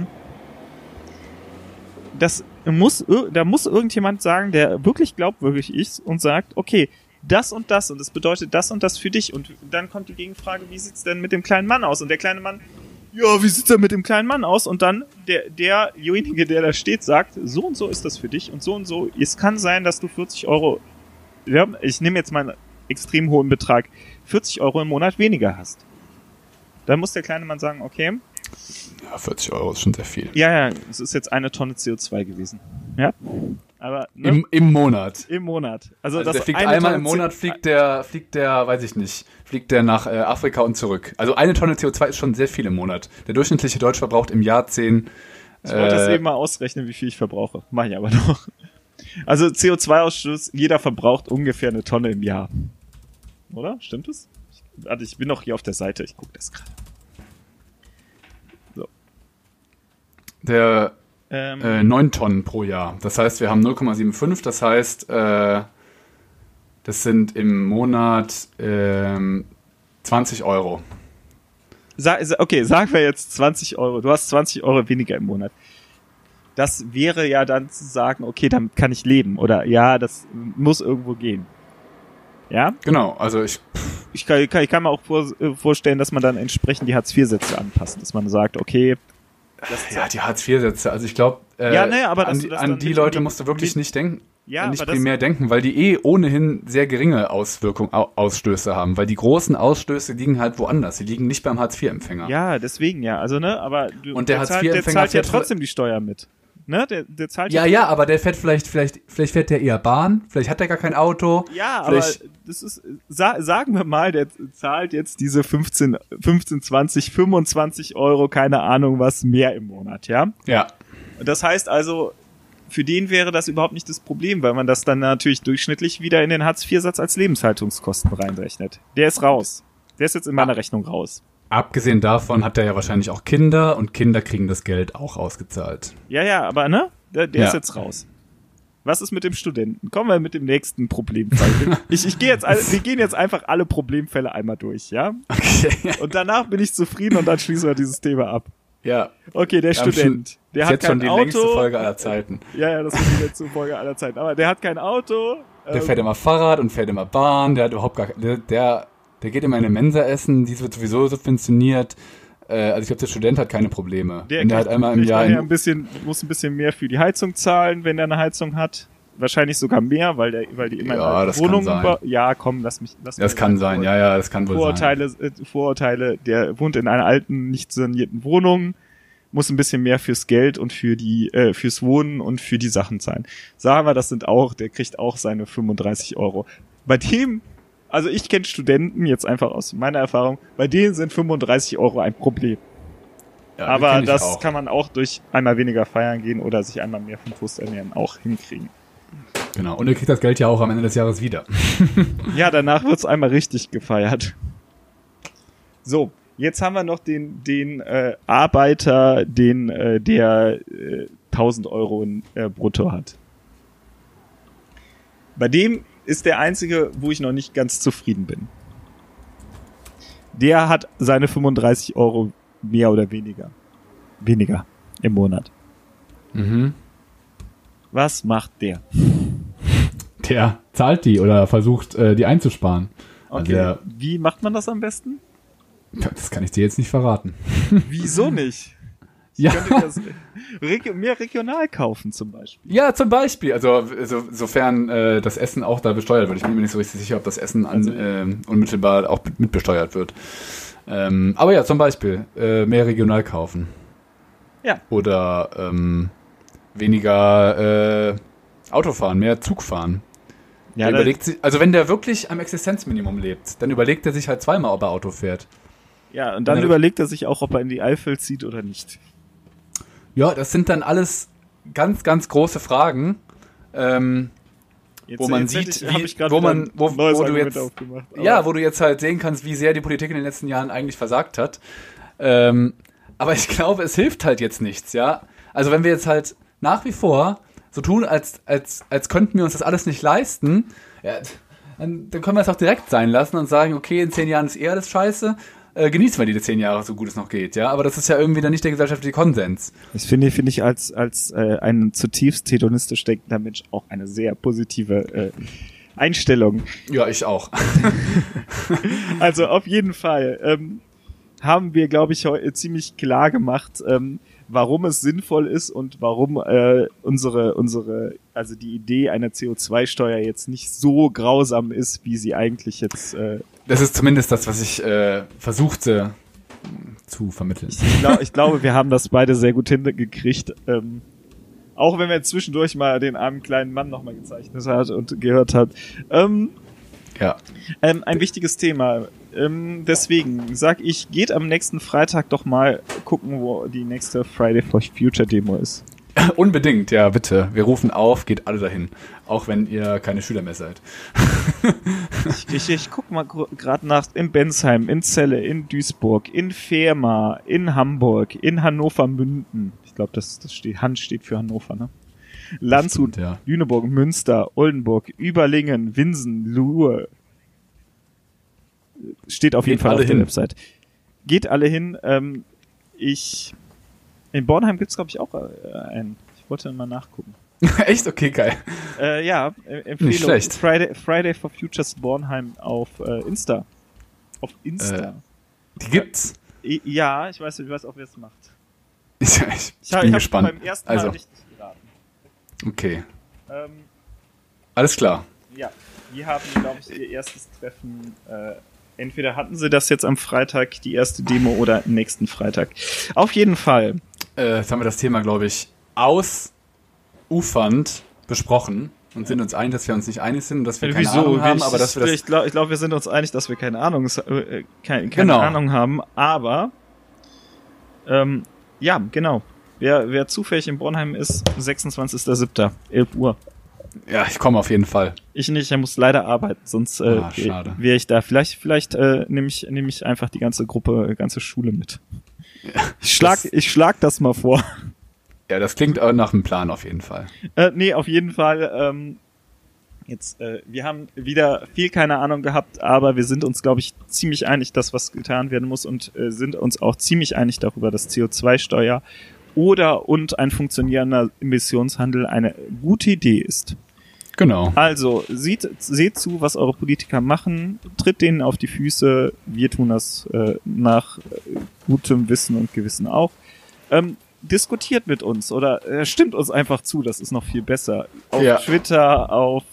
muss irgendjemand sagen, der wirklich glaubwürdig ist und sagt, okay, das und das bedeutet das und das für dich. Und dann kommt die Gegenfrage, wie sieht's denn mit dem kleinen Mann aus? Und der kleine Mann, ja, wie sieht's denn mit dem kleinen Mann aus? Und dann derjenige, der da steht, sagt, so und so ist das für dich und so. Es kann sein, dass du 40 Euro, ja, ich nehme jetzt mal einen extrem hohen Betrag, 40 Euro im Monat weniger hast. Dann muss der kleine Mann sagen, okay. Ja, 40 Euro ist schon sehr viel. Ja, es ist jetzt 1 Tonne CO2 gewesen. Ja. Aber ne? Im Monat. Im Monat. Also der fliegt einmal im Monat, fliegt der, weiß ich nicht, fliegt der nach Afrika und zurück. Also 1 Tonne CO2 ist schon sehr viel im Monat. Der durchschnittliche Deutsche verbraucht im Jahr 10. Ich wollte das eben mal ausrechnen, wie viel ich verbrauche. Mach ich aber noch. Also CO2-Ausstoß, jeder verbraucht ungefähr 1 Tonne im Jahr. Oder? Stimmt es? Warte, ich bin noch hier auf der Seite, ich gucke das gerade. So. Der 9 Tonnen pro Jahr. Das heißt, wir haben 0,75, das heißt, das sind im Monat 20 Euro. Okay, sagen wir jetzt 20 Euro. Du hast 20 Euro weniger im Monat. Das wäre ja dann zu sagen, okay, damit kann ich leben. Oder ja, das muss irgendwo gehen. Ja? Genau, also ich kann mir auch vorstellen, dass man dann entsprechend die Hartz-IV-Sätze anpasst. Dass man sagt, okay. Ja, die Hartz-IV-Sätze. Also ich glaube, aber an die Leute musst du wirklich nicht denken. Ja, nicht primär denken, weil die ohnehin sehr geringe Ausstöße haben, weil die großen Ausstöße liegen halt woanders, die liegen nicht beim Hartz-IV-Empfänger. Ja, deswegen ja, also aber und der Hartz-IV-Empfänger zahlt ja trotzdem die Steuer mit. ne? Der zahlt Ja, aber der fährt vielleicht fährt der eher Bahn, vielleicht hat der gar kein Auto. Ja, aber das ist, sagen wir mal, der zahlt jetzt diese 15, 20, 25 Euro, keine Ahnung was, mehr im Monat, ja? Ja. Das heißt also, für den wäre das überhaupt nicht das Problem, weil man das dann natürlich durchschnittlich wieder in den Hartz-IV-Satz als Lebenshaltungskosten reinrechnet. Der ist raus. Der ist jetzt in meiner Rechnung raus. Abgesehen davon hat er ja wahrscheinlich auch Kinder und Kinder kriegen das Geld auch ausgezahlt. Ja, aber ne? Der ist jetzt raus. Was ist mit dem Studenten? Kommen wir mit dem nächsten Problemfall. Wir gehen jetzt einfach alle Problemfälle einmal durch, ja? Okay. Und danach bin ich zufrieden und dann schließen wir dieses Thema ab. Ja. Okay, der Student. Der hat jetzt kein schon die Auto. längste Folge aller Zeiten. Ja, das ist die letzte Folge aller Zeiten. Aber der hat kein Auto. Der fährt immer Fahrrad und fährt immer Bahn. Der hat überhaupt gar der geht immer in eine Mensa essen. Dies wird sowieso subventioniert. Also ich glaube, der Student hat keine Probleme. Der hat einmal im Jahr muss ein bisschen mehr für die Heizung zahlen, wenn der eine Heizung hat. Wahrscheinlich sogar mehr, weil die immer in Wohnungen. Ja, komm, lass mich. Das kann sein. Ja, das kann wohl sein. Vorurteile. Der wohnt in einer alten, nicht sanierten Wohnung, muss ein bisschen mehr fürs Geld und fürs Wohnen und für die Sachen zahlen. Sagen wir, der kriegt auch seine 35 Euro. Bei dem, also ich kenne Studenten jetzt einfach aus meiner Erfahrung, bei denen sind 35 Euro ein Problem. Ja, aber das kann man auch durch einmal weniger feiern gehen oder sich einmal mehr vom Toast ernähren auch hinkriegen. Genau, und er kriegt das Geld ja auch am Ende des Jahres wieder. Ja, danach wird's einmal richtig gefeiert. So, jetzt haben wir noch den Arbeiter, der 1000 Euro brutto hat. Bei dem ist der einzige, wo ich noch nicht ganz zufrieden bin. Der hat seine 35 Euro mehr oder weniger. Weniger im Monat. Mhm. Was macht der? Der zahlt die oder versucht, die einzusparen. Okay. Also wie macht man das am besten? Das kann ich dir jetzt nicht verraten. Wieso nicht? Ja. Mehr regional kaufen zum Beispiel. Ja, zum Beispiel. Also sofern das Essen auch da besteuert wird. Ich bin mir nicht so richtig sicher, ob das Essen unmittelbar auch mitbesteuert wird. Aber ja, zum Beispiel mehr regional kaufen. Ja. Oder weniger Auto fahren, mehr Zug fahren. Ja, also wenn der wirklich am Existenzminimum lebt, dann überlegt er sich halt zweimal, ob er Auto fährt. Ja, und dann überlegt er sich auch, ob er in die Eifel zieht oder nicht. Ja, das sind dann alles ganz, ganz große Fragen, wo man sieht, wo du jetzt halt sehen kannst, wie sehr die Politik in den letzten Jahren eigentlich versagt hat. Aber ich glaube, es hilft halt jetzt nichts, ja. Also wenn wir jetzt halt nach wie vor so tun, als könnten wir uns das alles nicht leisten, ja, dann können wir es auch direkt sein lassen und sagen, okay, in 10 Jahren ist alles scheiße, genießen wir die 10 Jahre, so gut es noch geht, ja. Aber das ist ja irgendwie dann nicht der gesellschaftliche Konsens. Das finde ich als ein zutiefst hedonistisch denkender Mensch auch eine sehr positive Einstellung. Ja, ich auch. Also auf jeden Fall haben wir, glaube ich, ziemlich klar gemacht, warum es sinnvoll ist und warum also die Idee einer CO2-Steuer jetzt nicht so grausam ist, wie sie eigentlich jetzt das ist zumindest das, was ich versuchte zu vermitteln. Ich glaube, wir haben das beide sehr gut hingekriegt. Auch wenn wir zwischendurch mal den armen kleinen Mann nochmal gezeichnet hat und gehört hat. Ja. Ein wichtiges Thema. Deswegen sag ich, geht am nächsten Freitag doch mal gucken, wo die nächste Friday for Future Demo ist. Unbedingt, ja, bitte. Wir rufen auf, geht alle dahin. Auch wenn ihr keine Schüler mehr seid. Ich guck mal gerade nach in Bensheim, in Celle, in Duisburg, in Fehrmar, in Hamburg, in Hannover-Münden. Ich glaube, Hand steht für Hannover, ne? Landshut, stimmt, ja. Lüneburg, Münster, Oldenburg, Überlingen, Winsen, Luhe. Steht auf jeden Fall auf der Website. Geht alle hin. In Bornheim gibt's glaube ich auch einen. Ich wollte mal nachgucken. Echt? Okay, geil. Ja, Empfehlung. Nicht schlecht. Friday for Futures Bornheim auf Insta. Auf Insta. Die gibt's? Ja, ich weiß auch, wer es macht. Ich bin gespannt. Beim ersten Mal richtig geraten. Okay. Alles klar. Ja, die haben, glaube ich, ihr erstes Treffen. Entweder hatten sie das jetzt am Freitag, die erste Demo, oder nächsten Freitag. Auf jeden Fall. Jetzt haben wir das Thema, glaube ich, ausufernd besprochen und sind uns einig, dass wir uns nicht einig sind und dass wir keine Wieso? Ahnung haben, aber dass wir das... Ich glaube, wir sind uns einig, dass wir keine Ahnung, keine Genau. Ahnung haben, aber ja, genau. Wer zufällig in Bornheim ist, 26.07., 11 Uhr. Ja, ich komme auf jeden Fall. Ich nicht, er muss leider arbeiten, sonst schade. wäre ich da. Vielleicht nehme ich einfach die ganze Gruppe, ganze Schule mit. Ja, Ich schlag das mal vor. Ja, das klingt nach einem Plan auf jeden Fall. Nee, auf jeden Fall. Wir haben wieder viel keine Ahnung gehabt, aber wir sind uns, glaube ich, ziemlich einig, dass was getan werden muss und sind uns auch ziemlich einig darüber, dass CO2-Steuer und ein funktionierender Emissionshandel eine gute Idee ist. Genau. Also, seht zu, was eure Politiker machen, tritt denen auf die Füße, wir tun das nach gutem Wissen und Gewissen auch. Diskutiert mit uns oder stimmt uns einfach zu, das ist noch viel besser. Auf Twitter, auf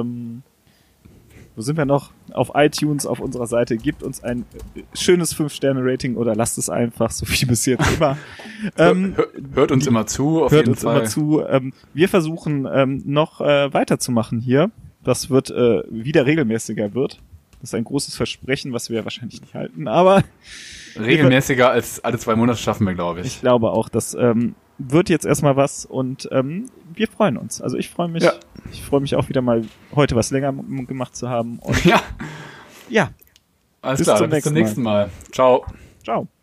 wo sind wir noch? Auf iTunes, auf unserer Seite. Gebt uns ein schönes 5-Sterne-Rating oder lasst es einfach, so wie bis jetzt immer. Hört uns immer zu, auf jeden Fall. Hört uns immer zu. Wir versuchen noch weiterzumachen hier. Das wird wieder regelmäßiger wird. Das ist ein großes Versprechen, was wir wahrscheinlich nicht halten, aber regelmäßiger als alle 2 Monate schaffen wir, glaube ich. Ich glaube auch, das wird jetzt erstmal was und wir freuen uns. Also ich freue mich. Ja. Ich freue mich auch wieder mal, heute was länger gemacht zu haben. Und ja. Ja. Alles klar, bis zum nächsten Mal. Ciao. Ciao.